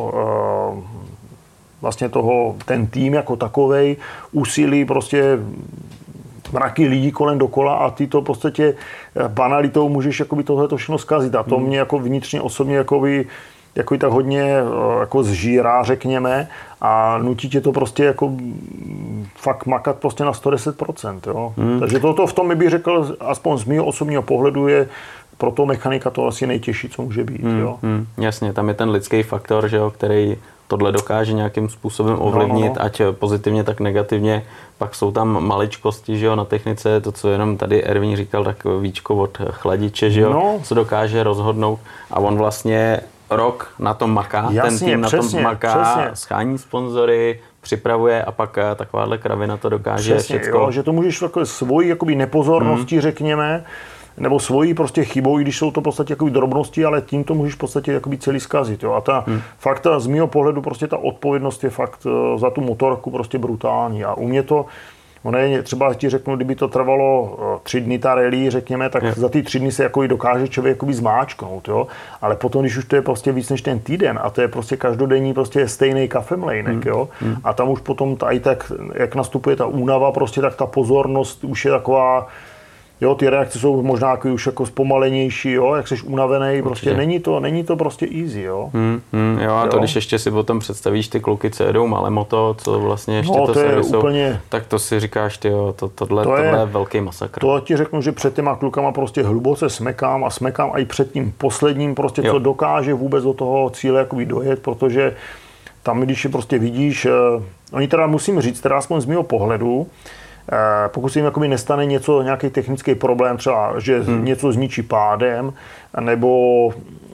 ten tým jako takovej úsilí prostě mraky lidí kolem dokola a ty to v podstatě banalitou můžeš jakoby tohleto všechno zkazit a to mě jako vnitřně osobně jakoby tak hodně jako zžírá, řekněme, a nutí tě to prostě jako fakt makat prostě na 110%, jo. Takže toto v tom bych řekl, aspoň z mého osobního pohledu je pro toho mechanika to asi nejtěžší, co může být, jo. Jasně, tam je ten lidský faktor, že jo, který tohle dokáže nějakým způsobem ovlivnit, ať pozitivně, tak negativně. Pak jsou tam maličkosti, že jo, na technice, to, co jenom tady Ervín říkal, tak víčko od chladiče, že jo, co dokáže rozhodnout. A on vlastně rok na tom maká, ten tým na tom maká, schání sponzory, připravuje a pak takováhle kravina to dokáže všecko. Jo, že to můžeš svojí jakoby nepozorností, řekněme, nebo svojí prostě chybou, i když jsou to v podstatě jakoby drobnosti, ale tím to můžeš v podstatě jakoby celý zkazit. Jo. A fakt z mého pohledu prostě ta odpovědnost je fakt za tu motorku prostě brutální. A u mě to, třeba ti řeknu, kdyby to trvalo 3 dny ta rally, řekněme, tak za ty 3 dny se jakoby dokáže člověk jakoby zmáčknout, jo. Ale potom, když už to je prostě víc než ten týden a to je prostě každodenní prostě stejný kafemlejnek, jo. A tam už potom i tak, jak nastupuje ta únava, prostě tak ta pozornost už je taková. Jo, ty reakce jsou možná už jako zpomalenější, jo, jak jsi unavený, prostě není to prostě easy, jo. Jo, a to když ještě si potom představíš ty kluky, co jedou malé moto, co vlastně ještě to servisou, úplně, tak to si říkáš, tyjo, tohle je velký masakr. To ti řeknu, že před těma klukama prostě hluboce smekám a i před tím posledním prostě, co dokáže vůbec do toho cíle jakoby dojet, protože tam, když je prostě vidíš, oni teda musím říct, teda aspoň z mého pohledu, pokud se jim jakoby nestane nějaký technický problém, třeba, že něco zničí pádem, nebo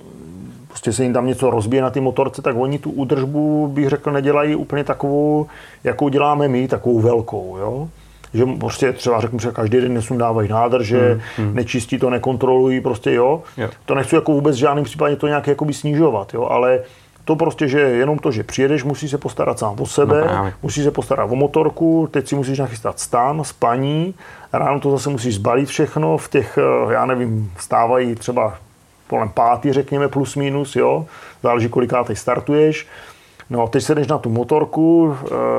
prostě se jim tam něco rozbije na ty motorce, tak oni tu údržbu, bych řekl, nedělají úplně takovou, jakou děláme my, takovou velkou, jo. Že prostě třeba řeknu, že každý den nesundávají nádrže, nečistí to, nekontrolují, prostě jo. To nechci jako vůbec v žádném případě to nějak jakoby snižovat, jo, ale to prostě, že jenom to, že přijedeš, musíš se postarat sám o sebe, musíš se postarat o motorku, teď si musíš nachystat stán, spaní, ráno to zase musíš zbalit všechno, v těch, já nevím, vstávají třeba kolem 5, řekněme, plus minus, jo, záleží kolikátej startuješ. No, teď se jdeš na tu motorku,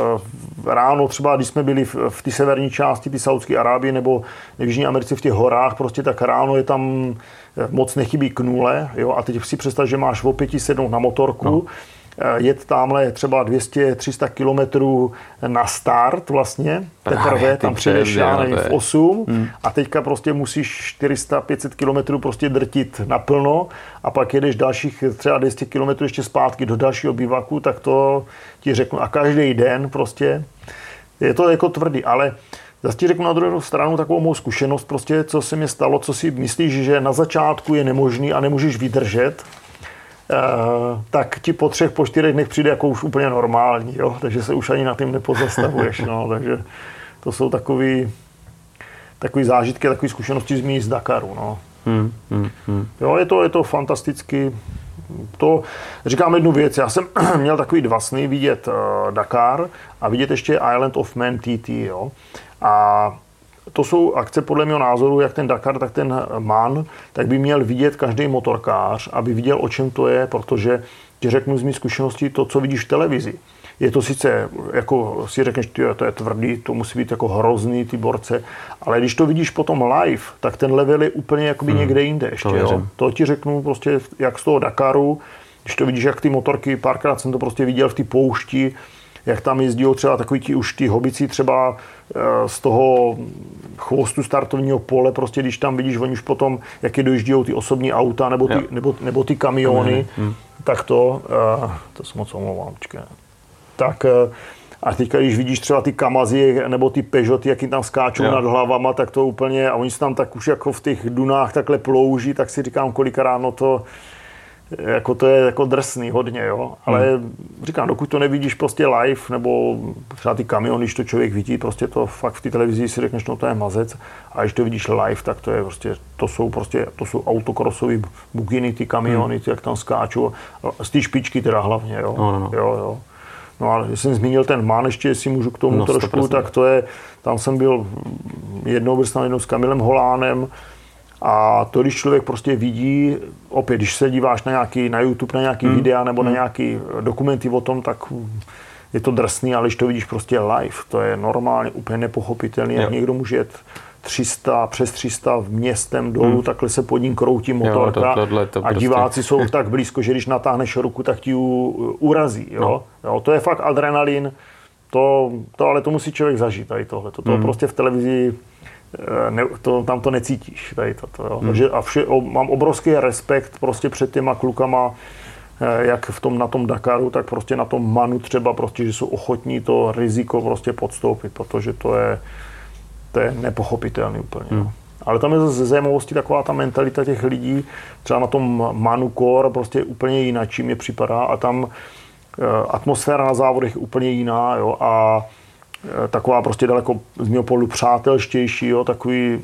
ráno třeba, když jsme byli v té severní části, ty Saúdské Arábie nebo v Jižní Americe v těch horách, prostě tak ráno je tam moc nechybí k nule, jo, a teď si představ, že máš o 5 sednout na motorku, jet tamhle třeba 200-300 kilometrů na start vlastně, teprve tam přijdeš v 8 a teďka prostě musíš 400-500 kilometrů prostě drtit naplno a pak jedeš dalších třeba 200 kilometrů ještě zpátky do dalšího bivaku, tak to ti řeknu a každý den prostě Je to jako tvrdý, ale zase ti řeknu na druhou stranu takovou mou zkušenost, prostě, co se mi stalo, co si myslíš, že na začátku je nemožný a nemůžeš vydržet, tak ti po 3, po 4 dnech přijde jako už úplně normální, jo? Takže se už ani na tím nepozastavuješ. No? Takže to jsou takový zážitky, takové zkušenosti z míst Dakaru. No. Jo, je to fantasticky. To, říkám jednu věc, já jsem měl takový 2 sny, vidět Dakar a vidět ještě Island of Man TT. Jo? A to jsou akce podle mého názoru, jak ten Dakar, tak ten Man, tak by měl vidět každý motorkář, aby viděl, o čem to je, protože ti řeknu z mých zkušeností to, co vidíš v televizi. Je to sice, jako si řekneš, to je tvrdý, to musí být jako hrozný, ty borce, ale když to vidíš potom live, tak ten level je úplně jakoby někde jinde ještě. Jo? To ti řeknu prostě, jak z toho Dakaru, když to vidíš, jak ty motorky, párkrát jsem to prostě viděl v té poušti, jak tam jezdí třeba takový ty hobici třeba z toho chvostu startovního pole, prostě když tam vidíš, oni už potom, jak je dojíždějí ty osobní auta nebo ty kamiony, tak to se moc omlouvám, tak a teďka, když vidíš třeba ty Kamazy nebo ty Peugeoty, jak jim tam skáčou nad hlavama, tak to úplně, a oni se tam tak už jako v těch dunách takhle plouží, tak si říkám, kolikrát, no to je jako drsný hodně, jo. Ale říkám, dokud to nevidíš prostě live, nebo třeba ty kamiony, když to člověk vidí, prostě to fakt v té televizi si řekneš, no to je mazec. A když to vidíš live, tak to je prostě, to jsou autokrosový buginy, ty kamiony, ty, jak tam skáčou. Z té špičky teda hlavně, jo. Jo. No ale když jsem zmínil ten Man, ještě jestli můžu k tomu trošku, tak to je, tam jsem byl jednou s Kamilem Holánem. A to, když člověk prostě vidí, opět, když se díváš na YouTube, na nějaký videa nebo na nějaký dokumenty o tom, tak je to drsný, ale když to vidíš prostě live, to je normálně úplně nepochopitelný, jak někdo může jet přes 300 městem dolů, takhle se pod ním kroutí motorka a diváci jsou tak blízko, že když natáhneš ruku, tak ti urazí. Jo? Jo, to je fakt adrenalin, to ale to musí člověk zažít, tady tohle. To prostě v televizi tam to necítíš. Tady toto, jo. Takže mám obrovský respekt prostě před těma klukama, jak na tom Dakaru, tak prostě na tom Manu třeba prostě, že jsou ochotní to riziko prostě podstoupit, protože to je nepochopitelný úplně. Ale tam je ze zajímavosti taková ta mentalita těch lidí, třeba na tom Manu Core prostě úplně jináčí mě připadá a tam atmosféra na závodech je úplně jiná, jo, a taková prostě daleko z mého pohledu přátelštější, jo, takový,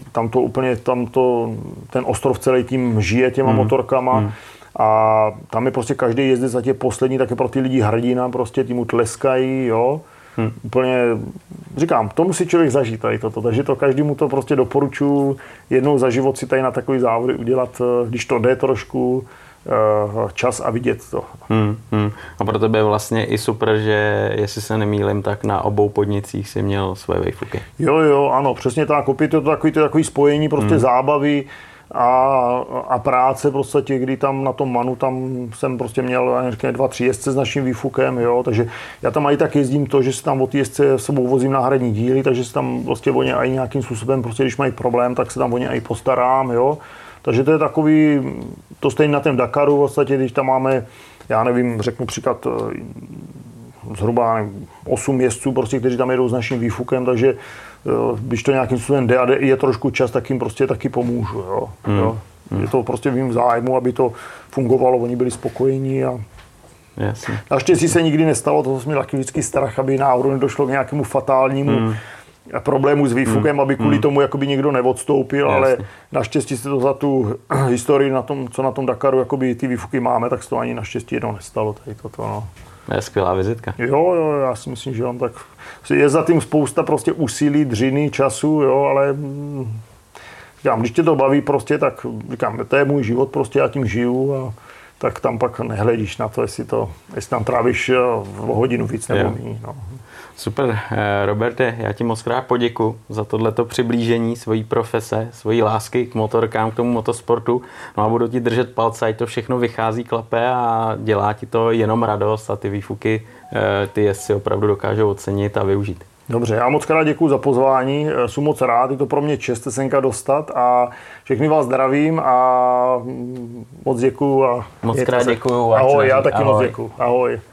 ten ostrov celý tím žije těma motorkama a tam je prostě každý jezdec, ať je poslední, tak je pro ty lidi hrdina, prostě tí mu tleskají, jo. Úplně, říkám, to musí člověk zažít tady toto, takže to každému to prostě doporučuji jednou za život si tady na takový závody udělat, když to jde trošku, čas a vidět to. A pro tebe je vlastně i super, že jestli se nemýlim, tak na obou podnicích si měl svoje wayfuky. Jo, ano, přesně tak. Opět je to takový spojení prostě zábavy a práce prostě, kdy tam na tom Manu, tam jsem prostě měl 2-3 jezdce s naším výfukem, jo, takže já tam i tak jezdím to, že si tam od jezdce sebou vozím náhradní díly, takže si tam prostě o ně i nějakým způsobem, prostě když mají problém, tak se tam o ně i postarám, jo. Takže to je takový, to stejně na tom Dakaru, vlastně, když tam máme, já nevím, řeknu příklad, zhruba 8 jezdců, prostě, kteří tam jedou s naším výfukem, takže když to nějakým způsobem jde a je trošku čas, tak jim prostě taky pomůžu. Jo. Je to prostě v mým zájmu, aby to fungovalo, oni byli spokojení. A naštěstí se nikdy nestalo, to jsme taky vždycky strach, aby náhodou nedošlo k nějakému fatálnímu problému s výfukem, aby kvůli tomu jakoby někdo neodstoupil, ale naštěstí se to za tu historii, co na tom Dakaru jakoby ty výfuky máme, tak se to ani naštěstí jednou nestalo. Tady toto, no. To je skvělá vizitka. Jo, já si myslím, že tak je za tím spousta prostě úsilí, dřiny, času, jo, ale říkám, když tě to baví prostě, tak říkám, to je můj život, prostě já tím žiju a tak tam pak nehledíš na to, jestli tam trávíš o hodinu víc nebo méně. No. Super, Roberte, já ti moc krát poděkuji za tohleto přiblížení svojí profese, svojí lásky k motorkám, k tomu motosportu. No a budu ti držet palce, ať to všechno vychází, klape a dělá ti to jenom radost a ty výfuky ty jezdci opravdu dokážou ocenit a využít. Dobře, já moc krát děkuji za pozvání, jsem moc rád, je to pro mě čest se senka dostat a všechny vás zdravím a moc děkuji. Moc krát děkuji. Ahoj, já taky moc děkuji. Ahoj.